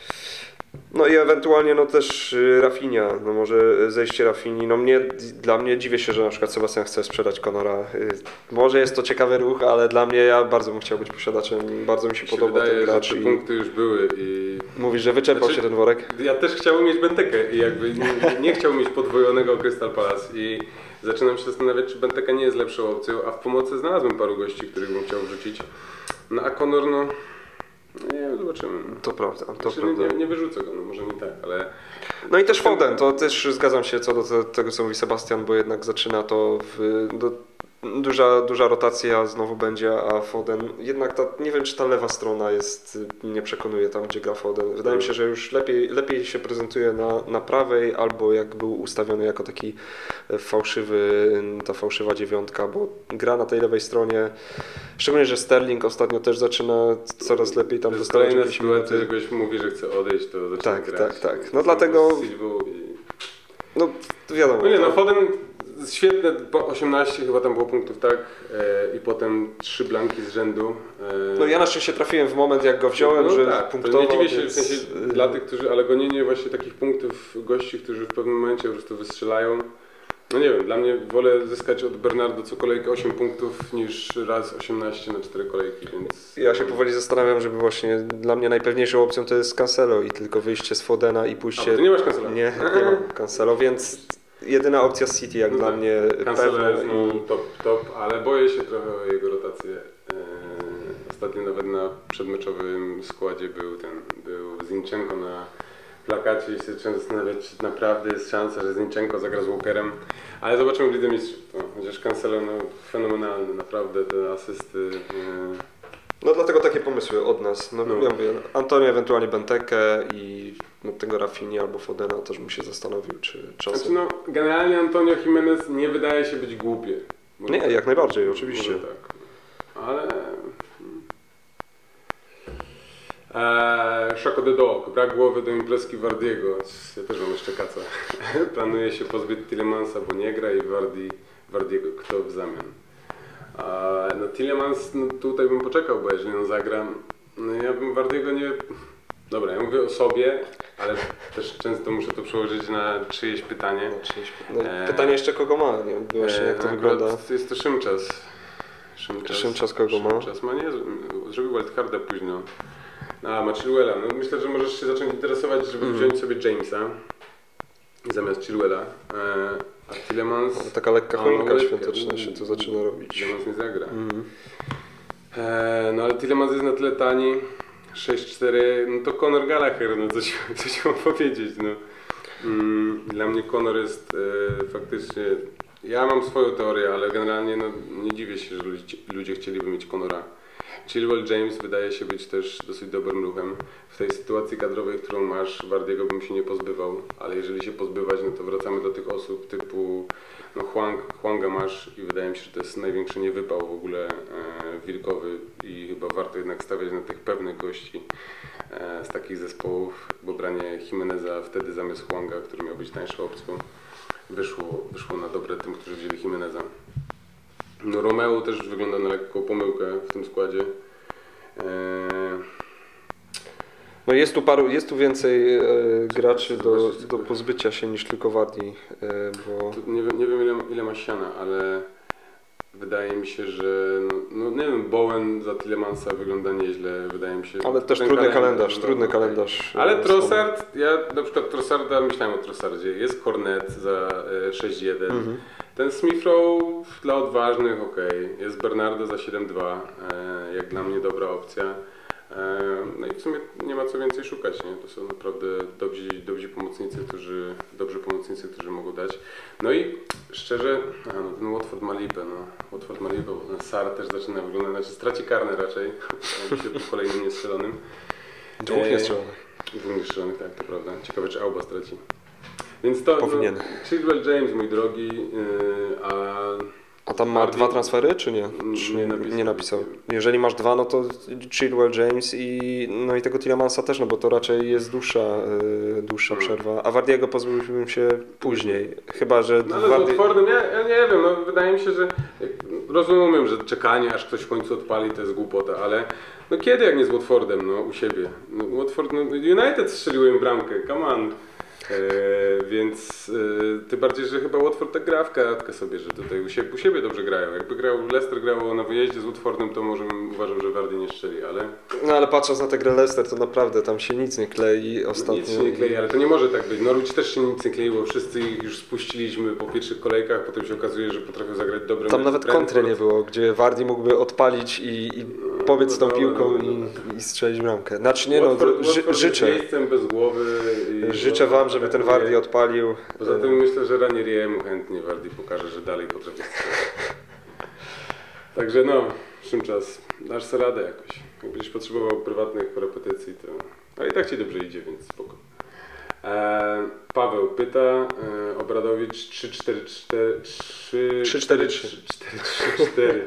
No i ewentualnie no też Rafinha, no może zejście Rafini, no mnie, dla mnie dziwię się, że na przykład Sebastian chce sprzedać Conora. Może jest to ciekawy ruch, ale dla mnie ja bardzo bym chciał być posiadaczem, bardzo mi się, się podoba wydaje, ten gracz. Że te i punkty już były i... Mówisz, że wyczerpał znaczy, się ten worek? Ja też chciałbym mieć Bentekę i jakby nie, nie chciałbym mieć podwojonego Crystal Palace i zaczynam się zastanawiać, czy Benteke nie jest lepszą opcją, a w pomocy znalazłem paru gości, których bym chciał wrzucić. No a Conor, no... No nie wiem, zobaczymy. To prawda, to znaczy, prawda. Nie, nie wyrzucę go, no może nie tak, ale... No i też Foden, to też zgadzam się co do tego, co mówi Sebastian, bo jednak zaczyna to w... Do, Duża, duża rotacja znowu będzie, a Foden, jednak ta, nie wiem czy ta lewa strona jest, nie przekonuje tam gdzie gra Foden. Wydaje mi się, że już lepiej, lepiej się prezentuje na, na prawej albo jak był ustawiony jako taki fałszywy, ta fałszywa dziewiątka, bo gra na tej lewej stronie, szczególnie, że Sterling ostatnio też zaczyna coraz lepiej tam dostawać jakieś minuty. Jak ktoś mówi, że chce odejść, to zaczyna tak, grać. Tak, tak, tak. No dlatego, no wiadomo. No nie, no Foden świetne, osiemnaście chyba tam było punktów, tak? E, I potem trzy blanki z rzędu. E, no ja na szczęście trafiłem w moment, jak go wziąłem, no, że tak, punktował. Nie dziwię się, więc... w sensie dla tych, którzy, ale gonienie właśnie takich punktów gości, którzy w pewnym momencie po prostu wystrzelają. No nie wiem, dla mnie wolę zyskać od Bernardo co kolejkę osiem punktów niż raz osiemnaście na cztery kolejki, więc... Ja się powoli zastanawiam, żeby właśnie dla mnie najpewniejszą opcją to jest Cancelo i tylko wyjście z Fodena i pójście... A, ty nie masz Cancelo? Nie, nie mam Cancelo, więc jedyna opcja z City jak no dla tak. mnie Cancelo jest no, i... top, top, ale boję się trochę o jego rotację. Eee, ostatnio nawet na przedmeczowym składzie był ten, był Zinchenko na plakacie i się zacząłem zastanawiać, czy naprawdę jest szansa, że Zinchenko zagra z Walkerem, ale zobaczymy w Lidze Mistrzów. To, chociaż Cancelo no, fenomenalny, naprawdę te asysty. Eee, No dlatego takie pomysły od nas. No, no. Ja mówię, Antonio ewentualnie Bentekę i no, tego Rafini albo Fodena też bym się zastanowił, czy czasem... Znaczy no, generalnie Antonio Jimenez nie wydaje się być głupie. Może nie, tak, jak najbardziej, oczywiście. Może tak. Ale... Eee, Shako the Dog, brak głowy do imprezki Wardiego. Ja też mam jeszcze kaca. Planuje się pozbyć Tillemansa, bo nie gra i Wardi, Wardiego kto w zamian. No Tielemans, no tutaj bym poczekał, bo jeżeli on zagra, no ja bym Wardiego nie... Dobra, ja mówię o sobie, ale też często muszę to przełożyć na czyjeś pytanie. No, czyjeś... no, pytanie jeszcze kogo ma, nie? Właśnie jak to wygląda. Jest to Szymczas. Szymczas, Szymczas kogo ma? Szymczas ma, nie, zrobił wildcarda późno. A, ma Chilwella. No myślę, że możesz się zacząć interesować, żeby mm. wziąć sobie Jamesa zamiast Chilwella. A Tielemans... No, taka lekka choinka świąteczna się tu zaczyna robić. Tielemans nie zagra. Mm. E, no ale Tielemans jest na tyle tani, sześć cztery, no to Conor Gallagher, no coś, coś mam powiedzieć, no. Mm, dla mnie Conor jest e, faktycznie, ja mam swoją teorię, ale generalnie no, nie dziwię się, że ludzie, ludzie chcieliby mieć Conora. Chilwell James wydaje się być też dosyć dobrym ruchem. W tej sytuacji kadrowej, którą masz, Wardiego bym się nie pozbywał, ale jeżeli się pozbywać, no to wracamy do tych osób typu no Hwang, Hwanga masz i wydaje mi się, że to jest największy niewypał w ogóle e, wilkowy i chyba warto jednak stawiać na tych pewnych gości e, z takich zespołów, bo branie Jimeneza wtedy zamiast Hwanga, który miał być tańszą opcją, wyszło, wyszło na dobre tym, którzy wzięli Jimeneza. No Romeo też wygląda na lekką pomyłkę w tym składzie. Eee... No jest tu paru, jest tu więcej e, graczy do, do pozbycia się niż tylko Wardi, e, bo... Nie wiem, nie wiem ile, ile ma siana, ale wydaje mi się, że no, no nie wiem, Bowen za Tillemansa wygląda nieźle, wydaje mi się. Ale też trudny kalendarz, kalendarz trudny okay. kalendarz. Ale Trossard, ja na przykład Trossarda, myślałem o Trossardzie, jest Cornet za e, sześć jeden. Mhm. Ten Smith Rowe dla odważnych, ok. Jest Bernardo za siedem dwa, e, jak dla mnie dobra opcja. E, no i w sumie nie ma co więcej szukać, nie? To są naprawdę dobrzy, dobrzy pomocnicy, którzy, dobrzy pomocnicy, którzy mogą dać. No i szczerze, a no ten Watford ma lipę, no. Watford ma lipę, bo ten Sar też zaczyna wyglądać, znaczy straci karne raczej, się po kolejnym niestrzelonym. Dwóch e, niestrzelonych. Dwóch niestrzelonych, tak, to prawda. Ciekawe, czy Auba straci. Więc to, powinien. No, Chilwell James, mój drogi, yy, a... A tam ma dwa transfery, czy nie? Czy nie, napisał. nie napisał? Jeżeli masz dwa, no to Chilwell James i no i tego Tillemansa też, no bo to raczej jest dłuższa, yy, dłuższa hmm. przerwa. A Wardiego pozbyłbym się później, chyba że... No ale Wardy... z Watfordem, ja, ja nie wiem, no wydaje mi się, że rozumiem, że czekanie aż ktoś w końcu odpali to jest głupota, ale no kiedy jak nie z Watfordem, no u siebie? No, Watford, no, United strzelił im bramkę, come on. E, więc e, tym bardziej, że chyba Watford tak gra w kartkę sobie, że tutaj u siebie, u siebie dobrze grają. Jakby grał Leicester grało na wyjeździe z Watfordem, to może bym uważał, że Wardy nie strzeli, ale... No ale patrząc na tę grę Leicester, to naprawdę tam się nic nie klei ostatnio. Nic się nie klei, ale to nie może tak być. Norwich też się nic nie kleiło, wszyscy ich już spuściliśmy po pierwszych kolejkach, potem się okazuje, że potrafią zagrać dobre... Tam nawet kontry nie było, gdzie Wardy mógłby odpalić i, i pobiec z tą piłką i, i strzelić bramkę. Znaczy nie Watford, no, ży, Watford życzę. miejscem bez głowy. I życzę wam, żeby ten Wardy odpalił. Poza tym myślę, że Ranieriemu chętnie Wardy pokaże, że dalej potrafi strzelać. Także no, czas dasz sobie radę jakoś. Jak będziesz potrzebował prywatnych korepetycji, to... Ale i tak ci dobrze idzie, więc spoko. Eee, Paweł pyta, e, Obradowicz trzy cztery cztery trzy cztery trzy cztery.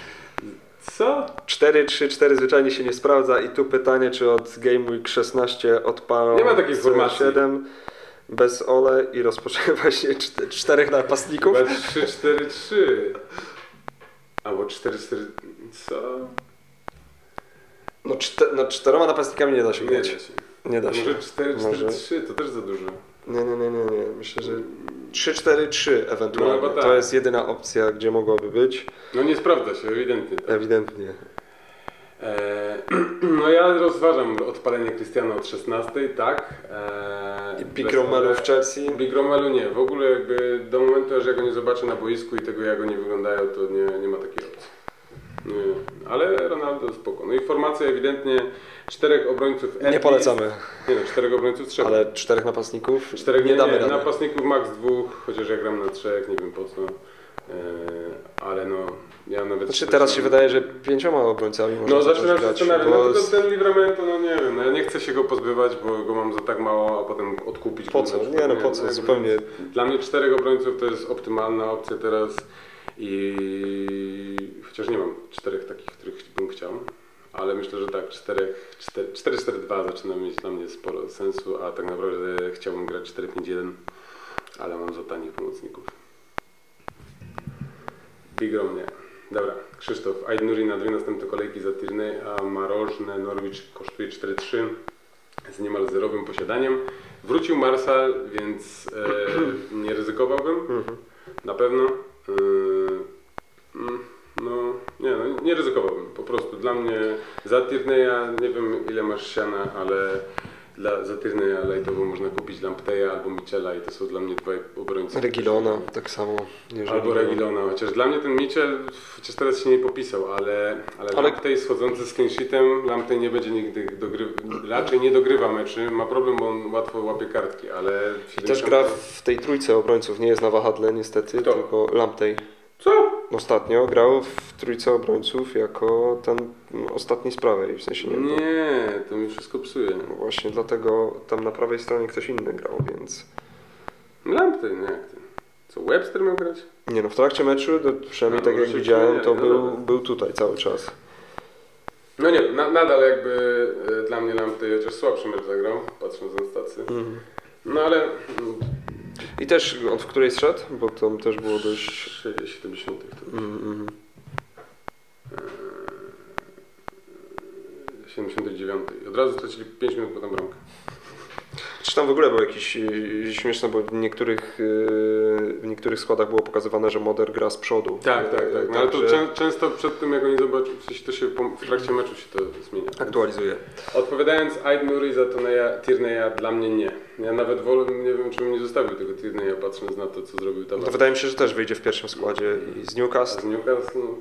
Co? cztery trzy cztery zwyczajnie się nie sprawdza i tu pytanie, czy od Game Week szesnaście odpalą nie ma takiej formacji. siedem bez Ole i rozpoczęła właśnie czter- czterech napastników. Chyba trzy cztery trzy. Albo cztery cztery... Co? No, czter- no czteroma napastnikami nie da się nie grać. Da się. Nie da się. Może cztery cztery trzy to też za dużo. Nie, nie, nie, nie, nie. Myślę, że trzy cztery trzy ewentualnie. No, tak. To jest jedyna opcja, gdzie mogłaby być. No nie sprawdza się, ewidentnie. Tak. Ewidentnie. Eee, no ja rozważam odpalenie Cristiano od szesnastej, tak. Eee, I Big Romelu w Chelsea? Big Romelu nie. W ogóle jakby do momentu, aż ja go nie zobaczę na boisku i tego jak oni wyglądają, to nie, nie ma takiej opcji. Nie. Ale Ronaldo spoko. No i formacja ewidentnie czterech obrońców. Epis. Nie polecamy. Nie no, czterech obrońców trzeba. Ale czterech napastników? Czterech nie, nie damy nie, napastników max dwóch, chociaż ja gram na trzech, nie wiem po co. Eee, ale no, ja nawet... Znaczy teraz się wydaje, że pięcioma obrońcami można no, zaczynam się grać. zastanawiać, bo... no to ten Livramento, no nie wiem, no ja nie chcę się go pozbywać, bo go mam za tak mało, a potem odkupić. Po co? Nie no, po co? Zupełnie. Dla mnie czterech obrońców to jest optymalna opcja teraz i chociaż nie mam czterech takich, których bym chciał, ale myślę, że tak, cztery cztery dwa zaczyna mieć dla mnie sporo sensu, a tak naprawdę chciałbym grać cztery pięć jeden, ale mam za tanich pomocników. Big Rom nie. Dobra, Krzysztof, Aït-Nouri na dwie następne kolejki za Tierney, a Marożne Norwich kosztuje cztery trzy z niemal zerowym posiadaniem. Wrócił Marsal, więc e, nie ryzykowałbym, na pewno. E, no, nie, no, nie ryzykowałbym, po prostu dla mnie za Tierneya, nie wiem ile masz siana, ale Dla, za Tierney'a lightową można kupić Lampteja albo Michela i to są dla mnie dwaj obrońcy. Reguilona tak samo. Albo Reguilona, chociaż dla mnie ten Michel, chociaż teraz się nie popisał, ale, ale, ale... Lamptey schodzący z clean sheetem, Lamptey nie będzie nigdy dogry... raczej nie dogrywa meczy, ma problem, bo on łatwo łapie kartki, ale... siedemdziesiąt... Też gra w tej trójce obrońców, nie jest na wahadle niestety, Kto? tylko Lamptey. Co? Ostatnio grał w trójce obrońców jako ten ostatni z prawej, w sensie nie. Nie, to mi wszystko psuje. No właśnie dlatego tam na prawej stronie ktoś inny grał, więc... Lamptey, no jak ty? Co, Webster miał grać? Nie no, w trakcie meczu, to przynajmniej no, tak jak widziałem, to no, był, no, był tutaj cały czas. No nie, na, nadal jakby y, dla mnie Lamptey chociaż słabszy mecz zagrał, patrząc na stację. Mhm. No ale... I też on w której zszedł? Bo tam też było dość... siedemdziesiątych wtedy. Mm, mm. siedemdziesiątej dziewiątej. I od razu stracili pięć minut potem bramkę. Czy tam w ogóle było jakieś śmieszne, bo w niektórych, w niektórych składach było pokazywane, że Moder gra z przodu. Tak, tak, tak. No, ale to że... często przed tym, jak oni zobaczą, to się w trakcie meczu się to zmienia. Aktualizuje. Odpowiadając Aid Nuri za Tierney'a, dla mnie nie. Ja nawet wolę, nie wiem, czy bym nie zostawił tego Tierney'a, patrząc na to, co zrobił tam. To wydaje mi się, że też wyjdzie w pierwszym składzie i z Newcastle. A z Newcastle, no,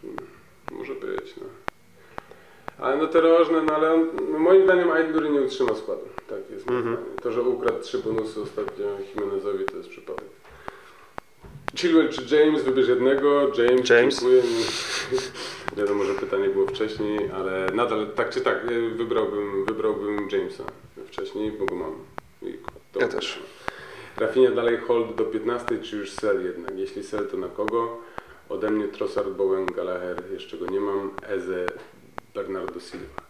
może być, no. Ale no te rożne, no ale on, no moim zdaniem Aid Nuri nie utrzyma składu. Tak jest moim mm-hmm. zdaniem. To, że ukradł trzy bonusy ostatnio Jimenezowi, to jest przypadek. Chilwell czy James, wybierz jednego. James, James. Dziękuję. Wiadomo, że pytanie było wcześniej, ale nadal tak czy tak wybrałbym, wybrałbym Jamesa wcześniej, bo go mam. I to ja też. Rafinha dalej hold do piętnastej, czy już sell jednak? Jeśli sell, to na kogo? Ode mnie Trossard, Bowen, Gallagher, jeszcze go nie mam. Eze, Bernardo Silva.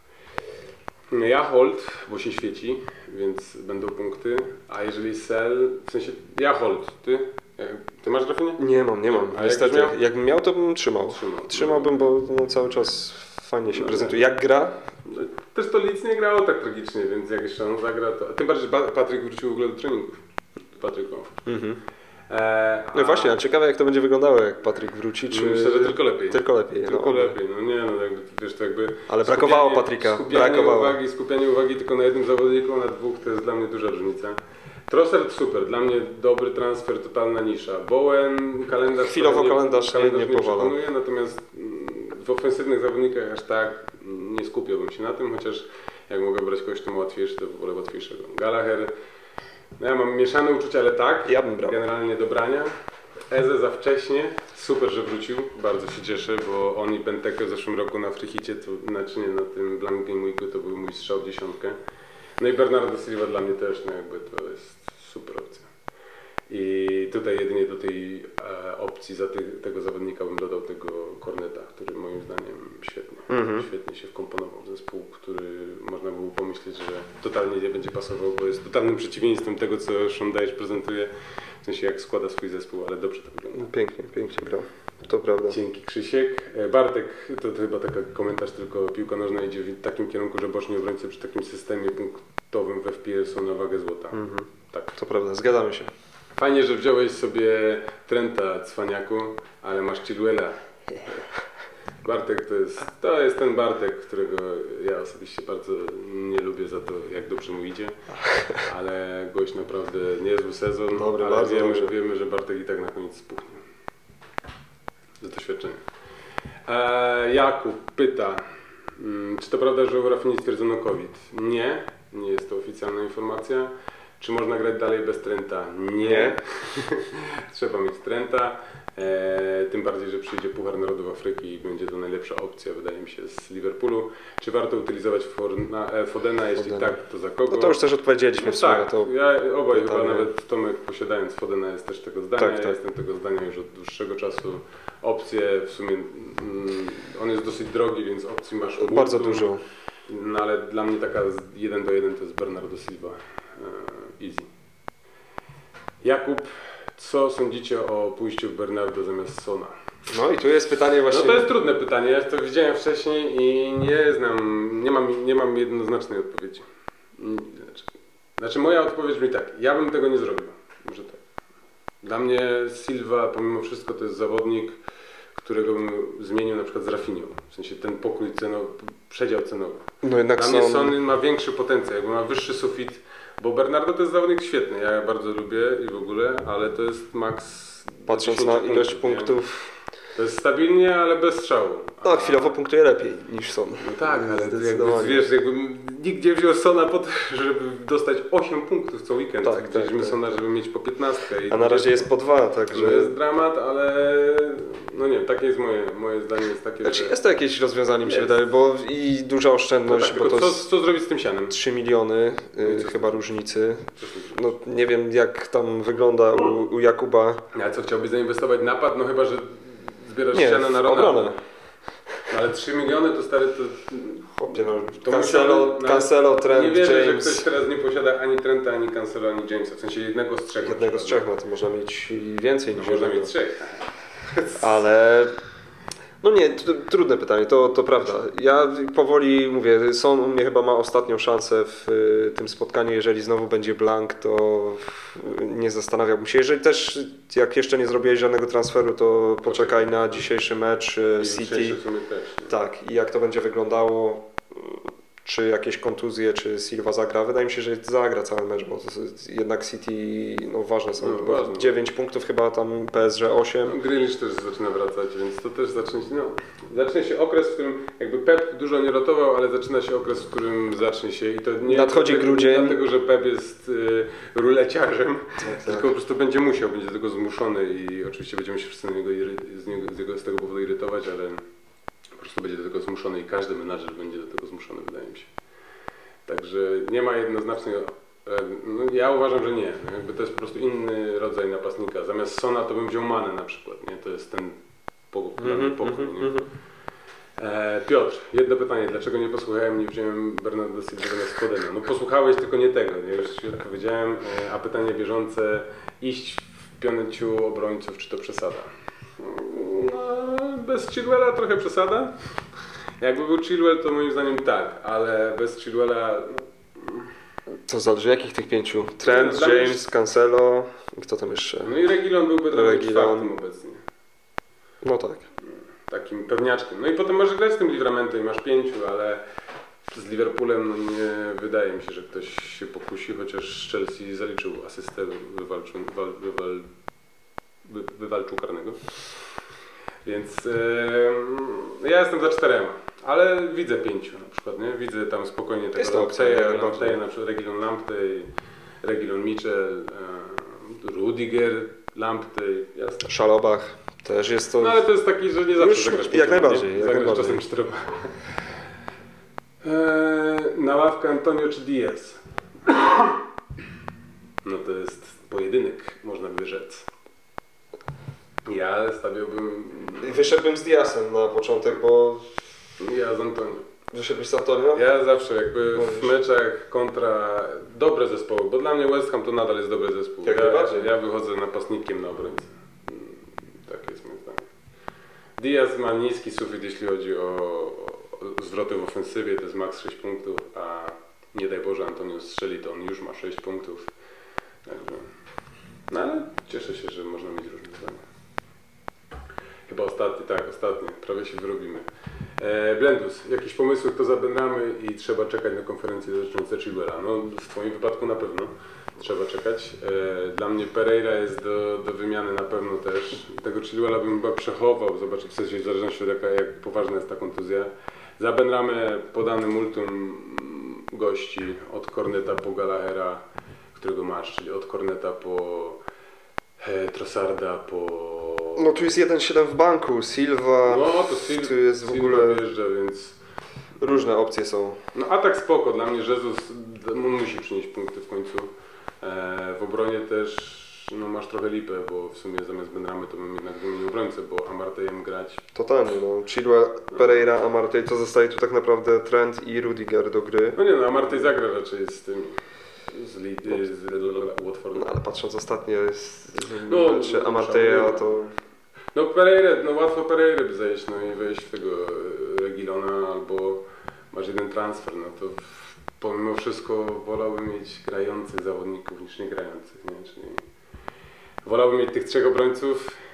Ja hold, bo się świeci, więc będą punkty, a jeżeli sell, w sensie ja hold, ty? Ty masz Rafinha? Nie mam, nie mam. A niestety, jak miał? jakbym miał, to bym trzymał. Trzymał. Trzymałbym, bo no, cały czas fajnie się no, prezentuje. Jak gra? Też to Leeds nie grało tak tragicznie, więc jak jeszcze on zagra, to... Tym bardziej, że Patryk wrócił w ogóle do treningów. Patryk mhm. E, no a... właśnie, a ciekawe jak to będzie wyglądało, jak Patryk wróci, czy... Myślę, że tylko lepiej. Tylko lepiej. Tylko no, lepiej, no nie, no jakby, wiesz, to jakby... Ale brakowało Patryka, skupianie brakowało. Uwagi, skupianie uwagi tylko na jednym zawodniku, a na dwóch to jest dla mnie duża różnica. Trossard super, dla mnie dobry transfer, totalna nisza. Bowen, kalendarz... Chwilowo nie, kalendarz, kalendarz nie, nie powala. Natomiast w ofensywnych zawodnikach aż tak nie skupiałbym się na tym, chociaż jak mogę brać kogoś, kto ma łatwiejszy, to wolę łatwiejszego. Gallagher... No ja mam mieszane uczucia, ale tak, ja bym brał. Generalnie do brania. Eze za wcześnie, super, że wrócił, bardzo się cieszę, bo on i Benteke w zeszłym roku na Frichicie, to znaczy nie, na tym Blank Game Weeku to był mój strzał w dziesiątkę. No i Bernardo Silva dla mnie też, no jakby to jest super opcja. I tutaj jedynie do tej e, opcji za ty, tego zawodnika bym dodał tego Corneta, który moim zdaniem świetnie, mm-hmm. świetnie się wkomponował w zespół, który można było pomyśleć, że totalnie nie będzie pasował, bo jest totalnym przeciwieństwem tego, co Sean Dyche prezentuje, w sensie jak składa swój zespół, ale dobrze to wygląda. Pięknie, pięknie grał. To prawda. Dzięki Krzysiek. Bartek, to, to chyba taki komentarz, tylko piłka nożna idzie w takim kierunku, że boczni obrońcy przy takim systemie punktowym w F P S są na wagę złota. Mm-hmm. Tak. To prawda, zgadzamy się. Fajnie, że wziąłeś sobie Trenta, cwaniaku, ale masz Chilwella. Bartek to jest, to jest ten Bartek, którego ja osobiście bardzo nie lubię za to, jak dobrze mu idzie, ale gość naprawdę niezły sezon, Dobry, ale bardzo wiemy, dobrze. wiemy, że Bartek i tak na koniec spuchnie. Z doświadczenia. Eee, Jakub pyta, hmm, czy to prawda, że u Rafinii stwierdzono COVID? Nie, nie jest to oficjalna informacja. Czy można grać dalej bez Trenta? Nie. Trzeba mieć Trenta. E, tym bardziej, że przyjdzie Puchar Narodów Afryki i będzie to najlepsza opcja, wydaje mi się, z Liverpoolu. Czy warto utylizować Forna, e, Fodena? Jeśli Fodena. Tak, to za kogo? No to już też odpowiedzieliśmy no w sumie. Tak, to ja obaj chyba nawet Tomek posiadając Fodena jest też tego zdania. Tak, ja tak. jestem tego zdania już od dłuższego czasu. Opcje w sumie, mm, on jest dosyć drogi, więc opcji masz multum. Bardzo dużo. No ale dla mnie taka jeden do jeden to jest Bernardo Silva. Easy. Jakub, co sądzicie o pójściu Bernardo zamiast Sona? No i tu jest pytanie właśnie... No to jest trudne pytanie, ja to widziałem wcześniej i nie znam, nie mam, nie mam jednoznacznej odpowiedzi. Znaczy, znaczy moja odpowiedź brzmi tak, ja bym tego nie zrobił. Może tak. Dla mnie Silva pomimo wszystko to jest zawodnik, którego bym zmienił na przykład z Rafinhą. W sensie ten pokój cenowy, przedział cenowy. No jednak Dla mnie są... Son ma większy potencjał, jakby ma wyższy sufit, bo Bernardo to jest zawodnik świetny, ja bardzo lubię i w ogóle, ale to jest max Patrząc na ilość punktów, punktów... To jest stabilnie, ale bez strzału. No, a chwilowo punktuje lepiej niż Son. No tak, ale jakby, wiesz, jakbym nikt nie wziął Sona po to, żeby dostać osiem punktów co weekend. Tak, Wzięliśmy tak, Sona, żeby mieć po piętnastkę. I a na razie jest po dwa, także... To jest dramat, ale no nie, takie jest moje, moje zdanie jest takie, Znaczy że... jest to jakieś rozwiązanie, mi się Jest. wydaje, bo i duża oszczędność, No tak, bo to co, jest co zrobić z tym sianem? trzy miliony y, co- chyba różnicy. Co z tym zrobić? No nie wiem jak tam wygląda u, u Jakuba. Ale co, chciałbyś zainwestować w napad? No chyba, że zbierasz Nie, siana na w Ronaldo. obronę. Ale trzy miliony to stary to... Chłopie, no, To Cancelo, musiałby- no, Cancelo, Trent, Nie wierzę, James. że ktoś teraz nie posiada ani Trenta, ani Cancelo, ani Jamesa. W sensie jednego z trzech. na Jednego z przykład. trzech, no to można mieć i więcej No, niż można jednego. mieć trzech. Ale no nie, t- trudne pytanie, to, to prawda. Ja powoli mówię, Son u mnie chyba ma ostatnią szansę w y, tym spotkaniu. Jeżeli znowu będzie blank, to y, nie zastanawiałbym się. Jeżeli też, jak jeszcze nie zrobiłeś żadnego transferu, to poczekaj na dzisiejszy mecz y, I City. jutrzejszy w sumie też. nie? Tak, i jak to będzie wyglądało, y, czy jakieś kontuzje, czy Silva zagra. Wydaje mi się, że zagra cały mecz, bo to jest, jednak City no, ważne są. No, bo ważne. dziewięć punktów chyba, tam P S G osiem. No, Grealish też zaczyna wracać, więc to też zacznie się, no, zacznie się okres, w którym jakby Pep dużo nie rotował, ale zaczyna się okres, w którym zacznie się i to nie Nadchodzi dlatego, grudzień. nie dlatego, że Pep jest y, ruleciarzem, tak. tylko po prostu będzie musiał, będzie do tego zmuszony i oczywiście będziemy się wszyscy na niego iry- z, niego, z, jego, z tego powodu irytować, ale po prostu będzie do tego zmuszony i każdy menadżer będzie do tego zmuszony, wydaje mi się. Także nie ma jednoznacznego. No, ja uważam, że nie. No, jakby to jest po prostu inny rodzaj napastnika. Zamiast Sona to bym wziął Manę na przykład. Nie? To jest ten pokój. Mhm, pokój mhm, nie? mhm. E, Piotr, jedno pytanie. Dlaczego nie posłuchałem, nie wziąłem Bernardo Silva zamiast Fodena? No posłuchałeś, tylko nie tego. Nie? Już ci odpowiedziałem. E, a pytanie bieżące. Iść w piąciu obrońców, czy to przesada? No, bez Chilwella trochę przesada. Jakby był Chilwell, to moim zdaniem tak, ale bez Chilwella... To zależy jakich tych pięciu? Trent, Dla mnie- James, Cancelo i kto tam jeszcze? No i Reguilon byłby trochę Reguilon. czwartym obecnie. No tak. Takim pewniaczkiem. No i potem możesz grać z tym Livramentem i masz pięciu, ale z Liverpoolem no nie wydaje mi się, że ktoś się pokusi, chociaż Chelsea zaliczył asystę, wywalczył, wywal, wywal, wy, wywalczył karnego. Więc yy, ja jestem za czterema, ale widzę pięciu na przykład, nie? Widzę tam spokojnie Jest tego to opcja, Lampteja, jak Lampteja, na przykład Reguilon Lamptey, Reguilon Mitchell, yy, Rudiger, Lamptey, jasne. Szalobach też jest to... No ale to jest taki, że nie zawsze Już zagrasz jak pięcioma, najbardziej, nie? jak Zagrasz najbardziej. czasem czterema. Eee, na ławkę Antonio czy Diaz? No to jest pojedynek, można by rzec. Ja stawiałbym... Wyszedłbym z Diasem na początek, bo Ja z Antonio. wyszedłeś z Antonio? Ja zawsze jakby w Mówisz. meczach kontra dobre zespoły, bo dla mnie West Ham to nadal jest dobry zespół. Jak ja, najbardziej. ja wychodzę napastnikiem na obrońcę. Mm, Tak jest moim zdaniem. Diaz ma niski sufit, jeśli chodzi o, o zwroty w ofensywie, to jest max sześć punktów, a nie daj Boże Antonio strzeli, to on już ma sześć punktów. Także, no ale cieszę się, że można mieć różne zdania. Chyba ostatni, tak, ostatni, prawie się wyrobimy. E, Blendus, jakieś pomysły, kto zabędziemy i trzeba czekać na konferencję dotyczące Chilwella? No w Twoim wypadku na pewno trzeba czekać. E, dla mnie Pereira jest do, do wymiany na pewno też. Tego Chilwella bym chyba przechował, zobaczyć w sensie w zależności od jaka, jak poważna jest ta kontuzja. Za Benramę podany multum gości od Corneta po Gallaghera, którego masz, czyli od Corneta po e, Trossarda, po... No tu jest jeden siedem w banku, Silva, No to Sil- tu jest w Silva ogóle wjeżdża, więc... różne opcje są. No atak spoko, dla mnie Jezus d- musi przynieść punkty w końcu. E, w obronie też no, masz trochę lipę, bo w sumie zamiast Benramy to bym jednak wymienił obrońcę, bo Amarteyem grać. Totalnie, no. Chilwell, Pereira, Amartey, to zostaje tu tak naprawdę Trent i Rudiger do gry. No nie no, Amartey zagra raczej z tym, z, Li- z, z Watfordem. No ale patrząc ostatnio jest No, mecze no, Amarteya, szalenie. to No Pereira, no łatwo Pereira by zejść, no i wejść w tego e, Reguilona, albo masz jeden transfer, no to pomimo wszystko wolałbym mieć grających zawodników niż nie grających, nie? Czyli wolałbym mieć tych trzech obrońców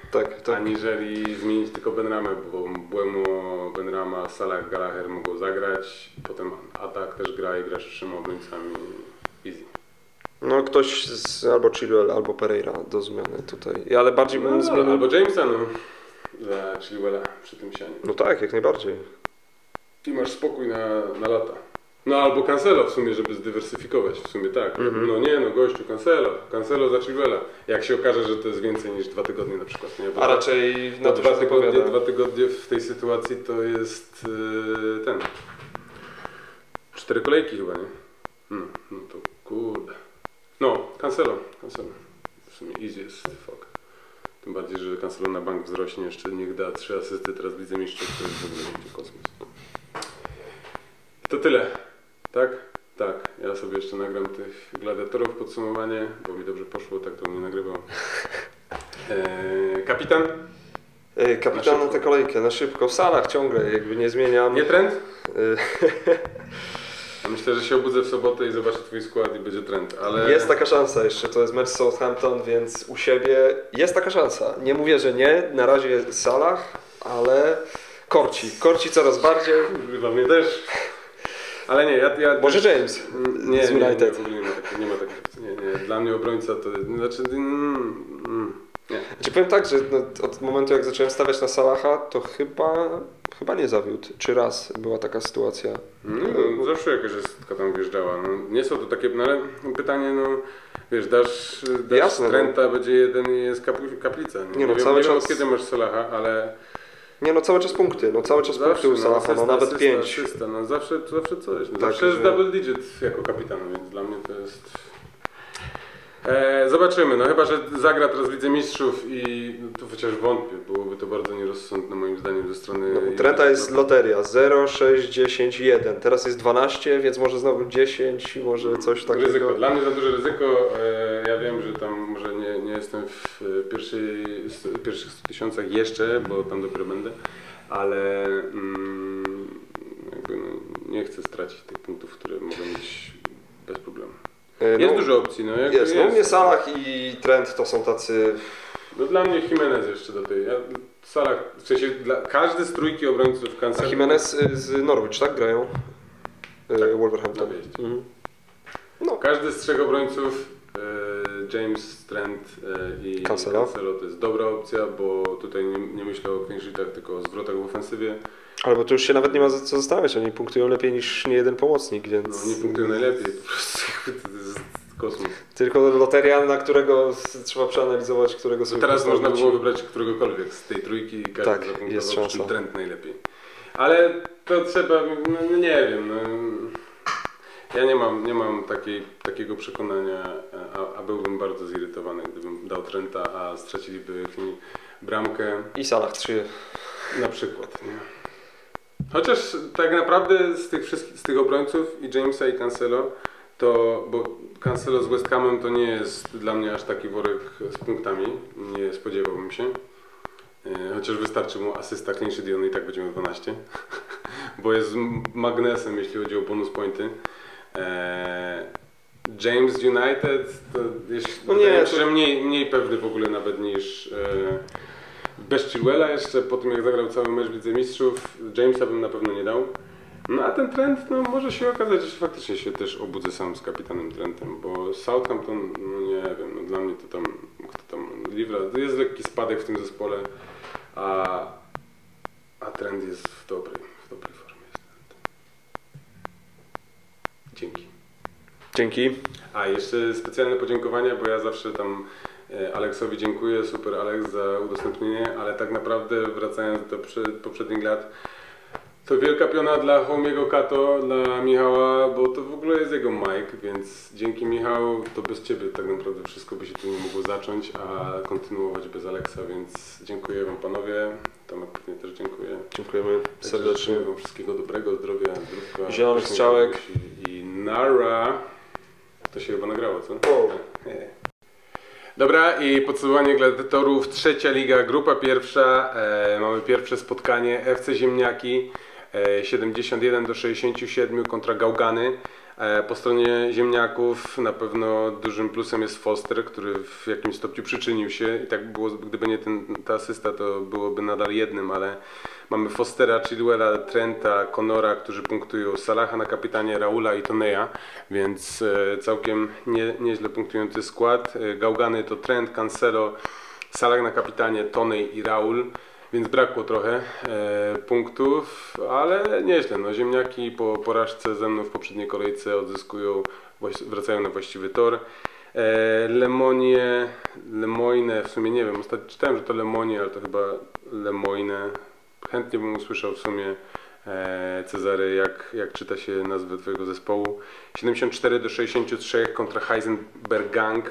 Tak, tak. aniżeli zmienić tylko Benramę, bo Mbeumo, Benrama, Salah, Gallagher mogą zagrać, potem atak też gra i grasz z trzema obrońcami, easy. No ktoś z albo Chilwell, albo Pereira do zmiany tutaj, ale bardziej bym No, zmienił... albo Jamesa, no, za Chilwella przy tym sianie. No tak, jak najbardziej. I masz spokój na, na lata. No albo Cancelo w sumie, żeby zdywersyfikować, w sumie tak. Mm-hmm. No nie no, gościu, Cancelo, Cancelo za Chilwella. Jak się okaże, że to jest więcej niż dwa tygodnie na przykład. Nie? Bo A raczej no, na to dwa, się tygodnie, zapowiada. dwa tygodnie w tej sytuacji to jest yy, ten. Cztery kolejki chyba, nie? No, no to kurde. No, Cancelo, Cancelo. W sumie easy jest fuck. Tym bardziej, że Cancelo na bank wzrośnie, jeszcze niech da trzy asysty, teraz w Lidze Mistrzów, to jest w ogóle będzie kosmos. To tyle, tak? Tak, ja sobie jeszcze nagram tych gladiatorów podsumowanie, bo mi dobrze poszło, tak to nie nagrywał. Eee, kapitan? Yy, kapitan na tę kolejkę, na szybko, w salach ciągle, jakby nie zmieniam. Nie trend? Yy, Ja myślę, że się obudzę w sobotę i zobaczę twój skład i będzie trend, ale... Jest taka szansa jeszcze, to jest mecz z Southampton, więc u siebie jest taka szansa. Nie mówię, że nie, na razie w salach, ale korci, korci coraz bardziej. Dla mnie też. Ale nie, ja... ja Może James nie, z nie, nie, United. w ogóle nie ma takiej, nie ma takiej opcji. Nie, nie. Dla mnie obrońca to... Znaczy... Mm, mm, nie. Znaczy powiem tak, że no, od momentu jak zacząłem stawiać na Salaha, to chyba, chyba nie zawiódł. Czy raz była taka sytuacja? No, no, zawsze jakaś estka tam wjeżdżała. No, nie są to takie... No, ale pytanie, no... Wiesz, dasz, dasz Jasne, Trenta, no. Będzie jeden i jest kapu- kaplica. Nie, Nie no, nie wiem, cały nie wiem czas- od kiedy masz Salaha, ale... Nie no, cały czas punkty, no cały czas punkty u Salaha, asysta, no nawet asysta, pięć. Asysta, no zawsze, zawsze coś. No, Tak, zawsze jest że- double digit jako kapitan, więc dla mnie to jest... E, zobaczymy, no chyba, że zagra teraz w Lidze Mistrzów i no, to chociaż wątpię, byłoby to bardzo nierozsądne moim zdaniem ze strony... No, Trenta jest loteria, zero, sześć, dziesięć, jeden. Teraz jest dwanaście, więc może znowu dziesięć, może coś takiego. Ryzyko. Dla mnie za duże ryzyko. E, ja wiem, że tam może nie, nie jestem w pierwszej, pierwszych stu tysiącach jeszcze, bo tam dopiero będę, ale mm, jakby no, nie chcę stracić tych punktów, które mogę mieć bez problemu. E, Jest no, dużo opcji, no jakby jest. jest. No mnie Salah i Trent to są tacy... No dla mnie Jimenez jeszcze do tej. Ja, Salah, w sensie dla, każdy z trójki obrońców A Cancelo. Jimenez y, z Norwich, tak? Grają? Y, Tak, Wolverhampton. na wyjeździe. Mhm. No. Każdy z trzech obrońców, e, James, Trent e, i Cancelo. Cancelo to jest dobra opcja, bo tutaj nie, nie myślę o clean sheetach, tylko o zwrotach w ofensywie. Albo to już się nawet nie ma za co zastanawiać, oni punktują lepiej niż nie jeden pomocnik, No więc... nie punktują najlepiej, po prostu to jest kosmos. Tylko loteria, na którego s- trzeba przeanalizować, którego sobie Teraz można postawić. było wybrać któregokolwiek z tej trójki i każdy Tak, zapunktował, jest przy czym szansa. Trent najlepiej. Ale to trzeba, no, no nie wiem, no, ja nie mam, nie mam takiej, takiego przekonania, a, a byłbym bardzo zirytowany, gdybym dał Trenta, a straciliby bramkę. I Salah trzy. Na przykład, nie? Chociaż tak naprawdę z tych wszystkich, z tych obrońców i Jamesa i Cancelo, to, bo Cancelo z West Hamem to nie jest dla mnie aż taki worek z punktami, nie spodziewałbym się. E, Chociaż wystarczy mu asysta clean sheet i on i tak będzie miał dwanaście, bo jest magnesem, jeśli chodzi o bonus pointy. E, James United, to jeśli, No nie, wydaje mi to- się, że mniej, mniej pewny w ogóle nawet niż... E, bez Chilwella jeszcze, po tym jak zagrał cały mecz w Lidze Mistrzów, Jamesa bym na pewno nie dał. No a ten Trent, no może się okazać, że faktycznie się też obudzę sam z kapitanem Trentem, bo Southampton, no nie wiem, no dla mnie to tam, kto tam, Livra, jest lekki spadek w tym zespole, a, a Trent jest w dobrej, w dobrej formie. Jest Trent. Dzięki. Dzięki. A jeszcze specjalne podziękowania, bo ja zawsze tam e, Aleksowi dziękuję, super Aleks za udostępnienie, ale tak naprawdę wracając do prze- poprzednich lat, to wielka piona dla Homiego Kato, dla Michała, bo to w ogóle jest jego Mike, więc dzięki Michał, to bez Ciebie tak naprawdę wszystko by się tu nie mogło zacząć, a kontynuować bez Aleksa, więc dziękuję Wam panowie, Tomek pewnie też dziękuję. Dziękujemy serdecznie. Życzę Wam wszystkiego dobrego, zdrowia, zdrówka. Zielonych pysznej strzałek. żywności I nara. To się chyba nagrało, co? O. Dobra, i podsumowanie gladiatorów. Trzecia liga, grupa pierwsza. E, mamy pierwsze spotkanie F C Ziemniaki. E, siedemdziesiąt jeden do sześćdziesięciu siedmiu kontra Gałgany. Po stronie ziemniaków na pewno dużym plusem jest Foster, który w jakimś stopniu przyczynił się i tak było, gdyby nie ten, ta asysta, to byłoby nadal jednym, ale mamy Fostera, Chilwella, Trenta, Conora, którzy punktują, Salaha na kapitanie, Raula i Toneja, więc całkiem nie, nieźle punktujący skład. Gałgany to Trent, Cancelo, Salah na kapitanie, Tonej i Raul. Więc brakło trochę e, punktów, ale nieźle. No, ziemniaki po porażce ze mną w poprzedniej kolejce odzyskują, wracają na właściwy tor. E, Lemonie, Lemoine, w sumie nie wiem, ostatnio czytałem, że to Lemonie, ale to chyba Lemoine. Chętnie bym usłyszał w sumie e, Cezary, jak, jak czyta się nazwę twojego zespołu. siedemdziesiąt cztery do sześćdziesięciu trzech kontra Heisenberg Gang.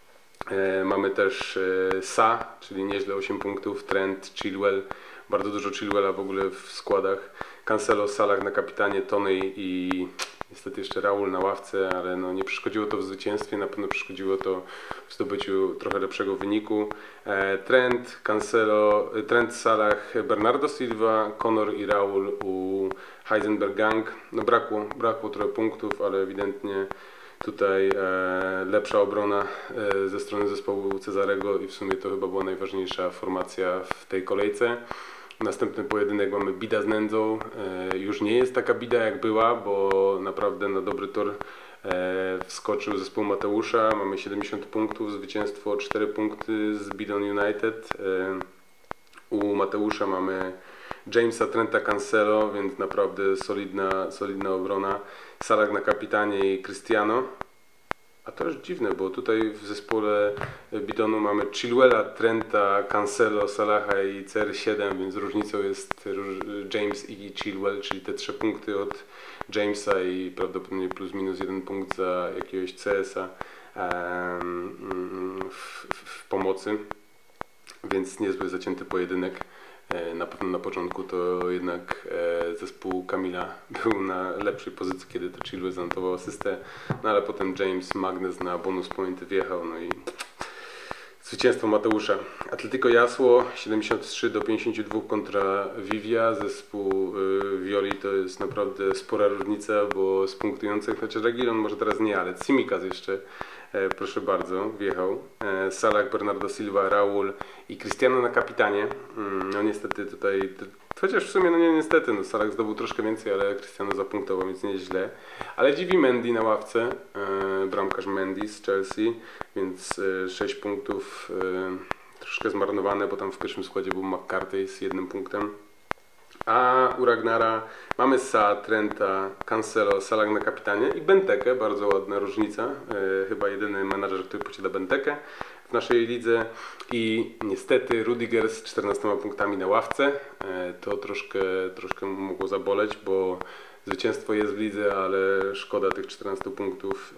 E, mamy też e, Sa, czyli nieźle osiem punktów, Trent, Chilwell, bardzo dużo Chilwella w ogóle w składach, Cancelo, Salah na kapitanie, Toney i niestety jeszcze Raul na ławce, ale no nie przeszkodziło to w zwycięstwie, na pewno przeszkodziło to w zdobyciu trochę lepszego wyniku. E, Trent, Cancelo, Trent, Salah, Bernardo Silva, Conor i Raul u Heisenberg Gang. No brakło, brakło trochę punktów, ale ewidentnie tutaj e, lepsza obrona e, ze strony zespołu Cezarego i w sumie to chyba była najważniejsza formacja w tej kolejce. Następny pojedynek mamy bida z nędzą. E, już nie jest taka bida jak była, bo naprawdę na dobry tor e, wskoczył zespół Mateusza. Mamy siedemdziesiąt punktów, zwycięstwo cztery punkty z Bidon United. E, u Mateusza mamy Jamesa, Trenta, Cancelo, więc naprawdę solidna, solidna obrona. Salah na kapitanie i Cristiano. A to już dziwne, bo tutaj w zespole Bidonu mamy Chilwella, Trenta, Cancelo, Salaha i C R siedem, więc różnicą jest James i Chilwell, czyli te trzy punkty od Jamesa i prawdopodobnie plus minus jeden punkt za jakiegoś C S a w, w pomocy. Więc niezły zacięty pojedynek. Na pewno na początku to jednak zespół Kamila był na lepszej pozycji, kiedy to Chilwell zanotował asystę, no ale potem James Magnes na bonus point wjechał, no i zwycięstwo Mateusza. Atletico Jasło siedemdziesiąt trzy do pięćdziesięciu dwóch kontra Vivia. Zespół Violi to jest naprawdę spora różnica, bo z punktujących, chociaż Reguilon może teraz nie, ale Tsimikas jeszcze, e, proszę bardzo, wjechał. E, Salah, Bernardo Silva, Raul i Cristiano na kapitanie. Mm, no niestety tutaj, chociaż w sumie no nie niestety, no Salah zdobył troszkę więcej, ale Cristiano zapunktował, więc nieźle. Ale dziwi Mendy na ławce, e, bramkarz Mendy z Chelsea, więc e, sześć punktów. E, Troszkę zmarnowane, bo tam w pierwszym składzie był McCarthy z jednym punktem. A u Ragnara mamy Sa, Trenta, Cancelo, Salah na kapitanie i Bentekę, bardzo ładna różnica. E, chyba jedyny menadżer, który posiada Bentekę w naszej lidze. I niestety Rudiger z czternastoma punktami na ławce. E, to troszkę, troszkę mogło zaboleć, bo zwycięstwo jest w lidze, ale szkoda tych czternastu punktów.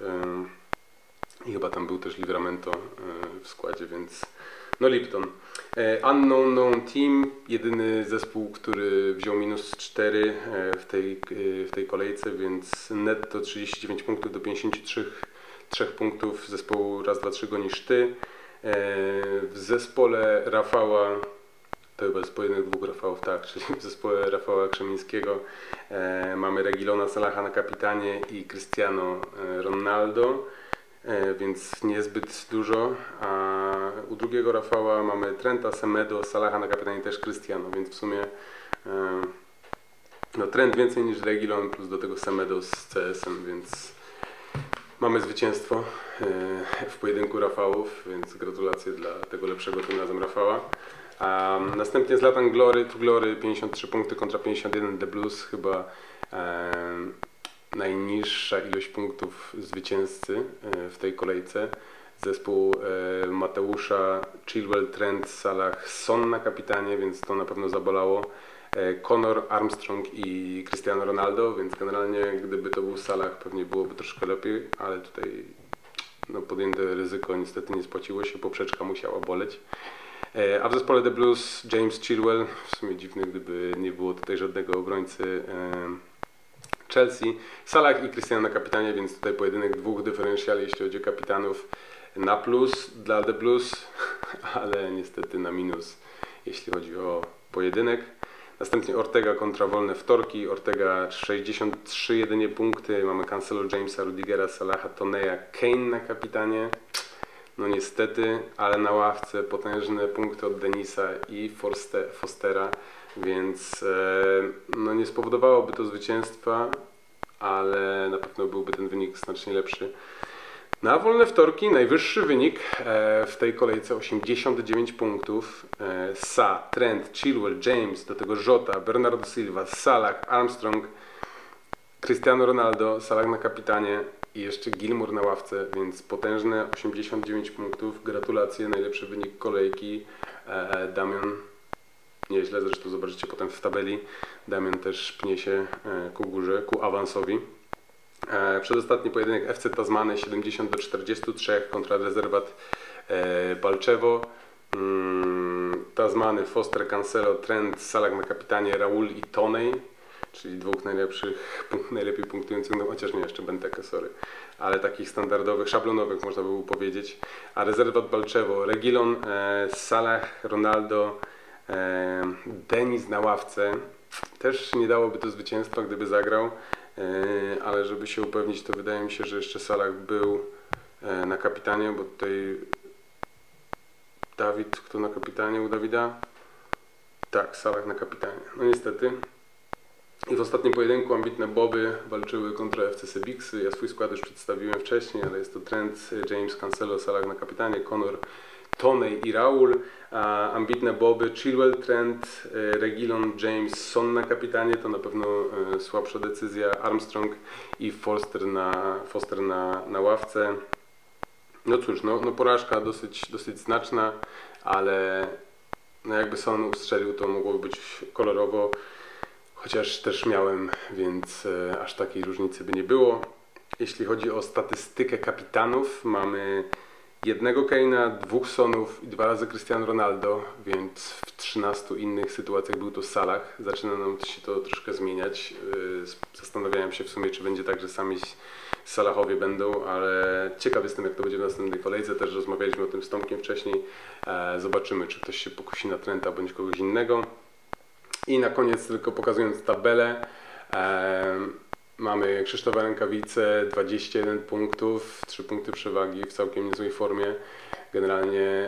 E, I chyba tam był też Livramento e, w składzie, więc no Lipton. E, Unknown Known Team, jedyny zespół, który wziął minus cztery e, w, tej, e, w tej kolejce, więc netto trzydzieści dziewięć punktów do pięćdziesięciu trzech punktów zespołu raz, dwa, trzy gonisz ty. E, w zespole Rafała, to chyba jest pojedynek dwóch Rafałów, tak, czyli w zespole Rafała Krzemińskiego e, mamy Reguilona, Salaha na kapitanie i Cristiano e, Ronaldo. E, więc niezbyt dużo, a u drugiego Rafała mamy Trenta, Semedo, Salaha na kapitanie też Cristiano, więc w sumie e, no Trent więcej niż Reguilon, plus do tego Semedo z C S em, więc mamy zwycięstwo e, w pojedynku Rafałów, więc gratulacje dla tego lepszego tym razem Rafała. A następnie Zlatan Glory, tu Glory pięćdziesiąt trzy punkty kontra pięćdziesiąt jeden, The Blues chyba e, najniższa ilość punktów zwycięzcy w tej kolejce. Zespół Mateusza, Chilwell, Trent, Salah, Son na kapitanie, więc to na pewno zabolało. Conor, Armstrong i Cristiano Ronaldo, więc generalnie gdyby to był Salah, pewnie byłoby troszkę lepiej, ale tutaj no, podjęte ryzyko niestety nie spłaciło się, poprzeczka musiała boleć. A w zespole The Blues James Chilwell, w sumie dziwne, gdyby nie było tutaj żadnego obrońcy Chelsea, Salah i Cristiano na kapitanie, więc tutaj pojedynek dwóch dyferencjali, jeśli chodzi o kapitanów, na plus dla The Blues, ale niestety na minus, jeśli chodzi o pojedynek. Następnie Ortega kontra Wolne Wtorki. Ortega sześćdziesiąt trzy jedynie punkty. Mamy Cancelo, Jamesa, Rudigera, Salaha, Toneya, Kane na kapitanie. No niestety, ale na ławce potężne punkty od Denisa i Forste, Fostera, więc e, no nie spowodowałoby to zwycięstwa, ale na pewno byłby ten wynik znacznie lepszy. Na Wolne Wtorki najwyższy wynik e, w tej kolejce osiemdziesiąt dziewięć punktów. E, Sa, Trent, Chilwell, James, do tego Jota, Bernardo Silva, Salah, Armstrong, Cristiano Ronaldo, Salah na kapitanie i jeszcze Gilmour na ławce, więc potężne osiemdziesiąt dziewięć punktów. Gratulacje, najlepszy wynik kolejki. E, Damian nieźle, zresztą zobaczycie potem w tabeli. Damian też pnie się e, ku górze, ku awansowi. E, przedostatni pojedynek F C Tasmany siedemdziesiąt do czterdziestu trzech kontra Rezerwat e, Balczewo. Mm, Tasmany, Foster, Cancelo, Trent, Salah na kapitanie, Raul i Toney, czyli dwóch najlepszych, najlepiej punktujących, no chociaż nie jeszcze Benteke, sorry, ale takich standardowych, szablonowych można by było powiedzieć. A Rezerwat Balczewo, Reguilon, e, Salah, Ronaldo, e, Denis na ławce. Też nie dałoby to zwycięstwa, gdyby zagrał, e, ale żeby się upewnić, to wydaje mi się, że jeszcze Salah był e, na kapitanie, bo tutaj Dawid, kto na kapitanie u Dawida? Tak, Salah na kapitanie. No niestety. I w ostatnim pojedynku ambitne Boby walczyły kontra F C Sebiksy. Ja swój skład już przedstawiłem wcześniej, ale jest to Trent, James, Cancelo, Salah na kapitanie, Conor, Toney i Raul. A ambitne Boby, Chilwell, Trent, Reguilon, James, Son na kapitanie, to na pewno słabsza decyzja. Armstrong i Foster na, Foster na, na ławce. No cóż, no, no porażka dosyć, dosyć znaczna, ale no jakby Son ustrzelił, to mogłoby być kolorowo. Chociaż też miałem, więc e, aż takiej różnicy by nie było. Jeśli chodzi o statystykę kapitanów, mamy jednego Kane'a, dwóch Sonów i dwa razy Cristiano Ronaldo, więc w trzynastu innych sytuacjach był to Salah. Zaczyna nam się to troszkę zmieniać. E, zastanawiałem się w sumie, czy będzie tak, że sami Salahowie będą, ale ciekaw jestem, jak to będzie w następnej kolejce. Też rozmawialiśmy o tym z Tomkiem wcześniej. E, zobaczymy, czy ktoś się pokusi na Trenta bądź kogoś innego. I na koniec, tylko pokazując tabelę, e, mamy Krzysztofa Rękawice, dwadzieścia jeden punktów, trzy punkty przewagi w całkiem niezłej formie. Generalnie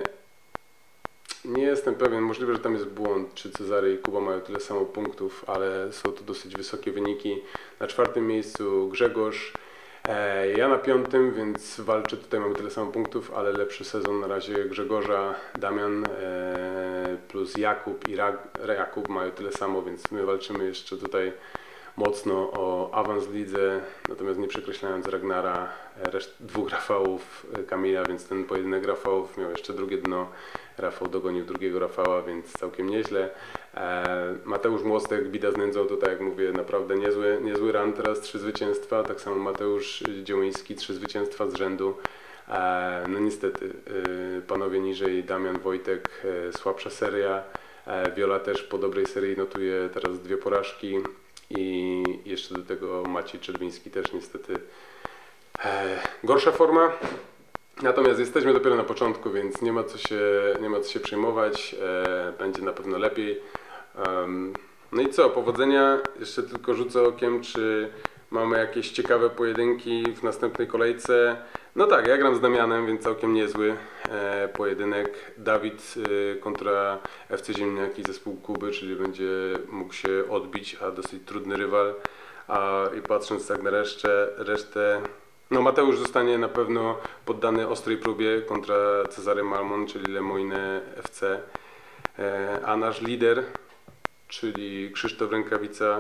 nie jestem pewien, możliwe, że tam jest błąd, czy Cezary i Kuba mają tyle samo punktów, ale są to dosyć wysokie wyniki. Na czwartym miejscu Grzegorz, e, ja na piątym, więc walczę, tutaj mamy tyle samo punktów, ale lepszy sezon na razie Grzegorza, Damian e, plus Jakub i Ra, Jakub mają tyle samo, więc my walczymy jeszcze tutaj mocno o awans w lidze, natomiast nie przekreślając Ragnara, reszt, dwóch Rafałów, Kamila, więc ten pojedynek Rafałów miał jeszcze drugie dno. Rafał dogonił drugiego Rafała, więc całkiem nieźle. E, Mateusz Młostek, bida z nędzą, to tak jak mówię, naprawdę niezły, niezły run, teraz trzy zwycięstwa, tak samo Mateusz Dziołyński, trzy zwycięstwa z rzędu. E, no niestety, e, panowie niżej, Damian, Wojtek, e, słabsza seria. E, Wiola też po dobrej serii notuje teraz dwie porażki. I jeszcze do tego Maciej Czerwiński też niestety e, gorsza forma. Natomiast jesteśmy dopiero na początku, więc nie ma co się, nie ma co się przejmować. E, będzie na pewno lepiej. Um, no i co, powodzenia. Jeszcze tylko rzucę okiem, czy mamy jakieś ciekawe pojedynki w następnej kolejce. No tak, ja gram z Damianem, więc całkiem niezły e, pojedynek. Dawid e, kontra F C Ziemniaki, zespół Kuby, czyli będzie mógł się odbić, a dosyć trudny rywal. A i patrząc tak na resztę, resztę no Mateusz zostanie na pewno poddany ostrej próbie kontra Cezary Malmon, czyli Lemoine F C. E, a nasz lider, czyli Krzysztof Rękawica,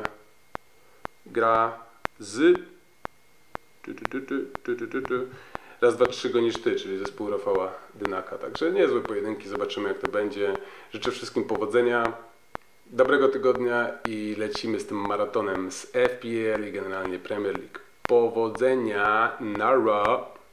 gra z tu, tu, tu, tu, tu, tu, tu. Raz, dwa, trzy gonisz ty, czyli zespół Rafała Dynaka. Także niezłe pojedynki, zobaczymy jak to będzie. Życzę wszystkim powodzenia, dobrego tygodnia i lecimy z tym maratonem z F P L i generalnie Premier League. Powodzenia, nara!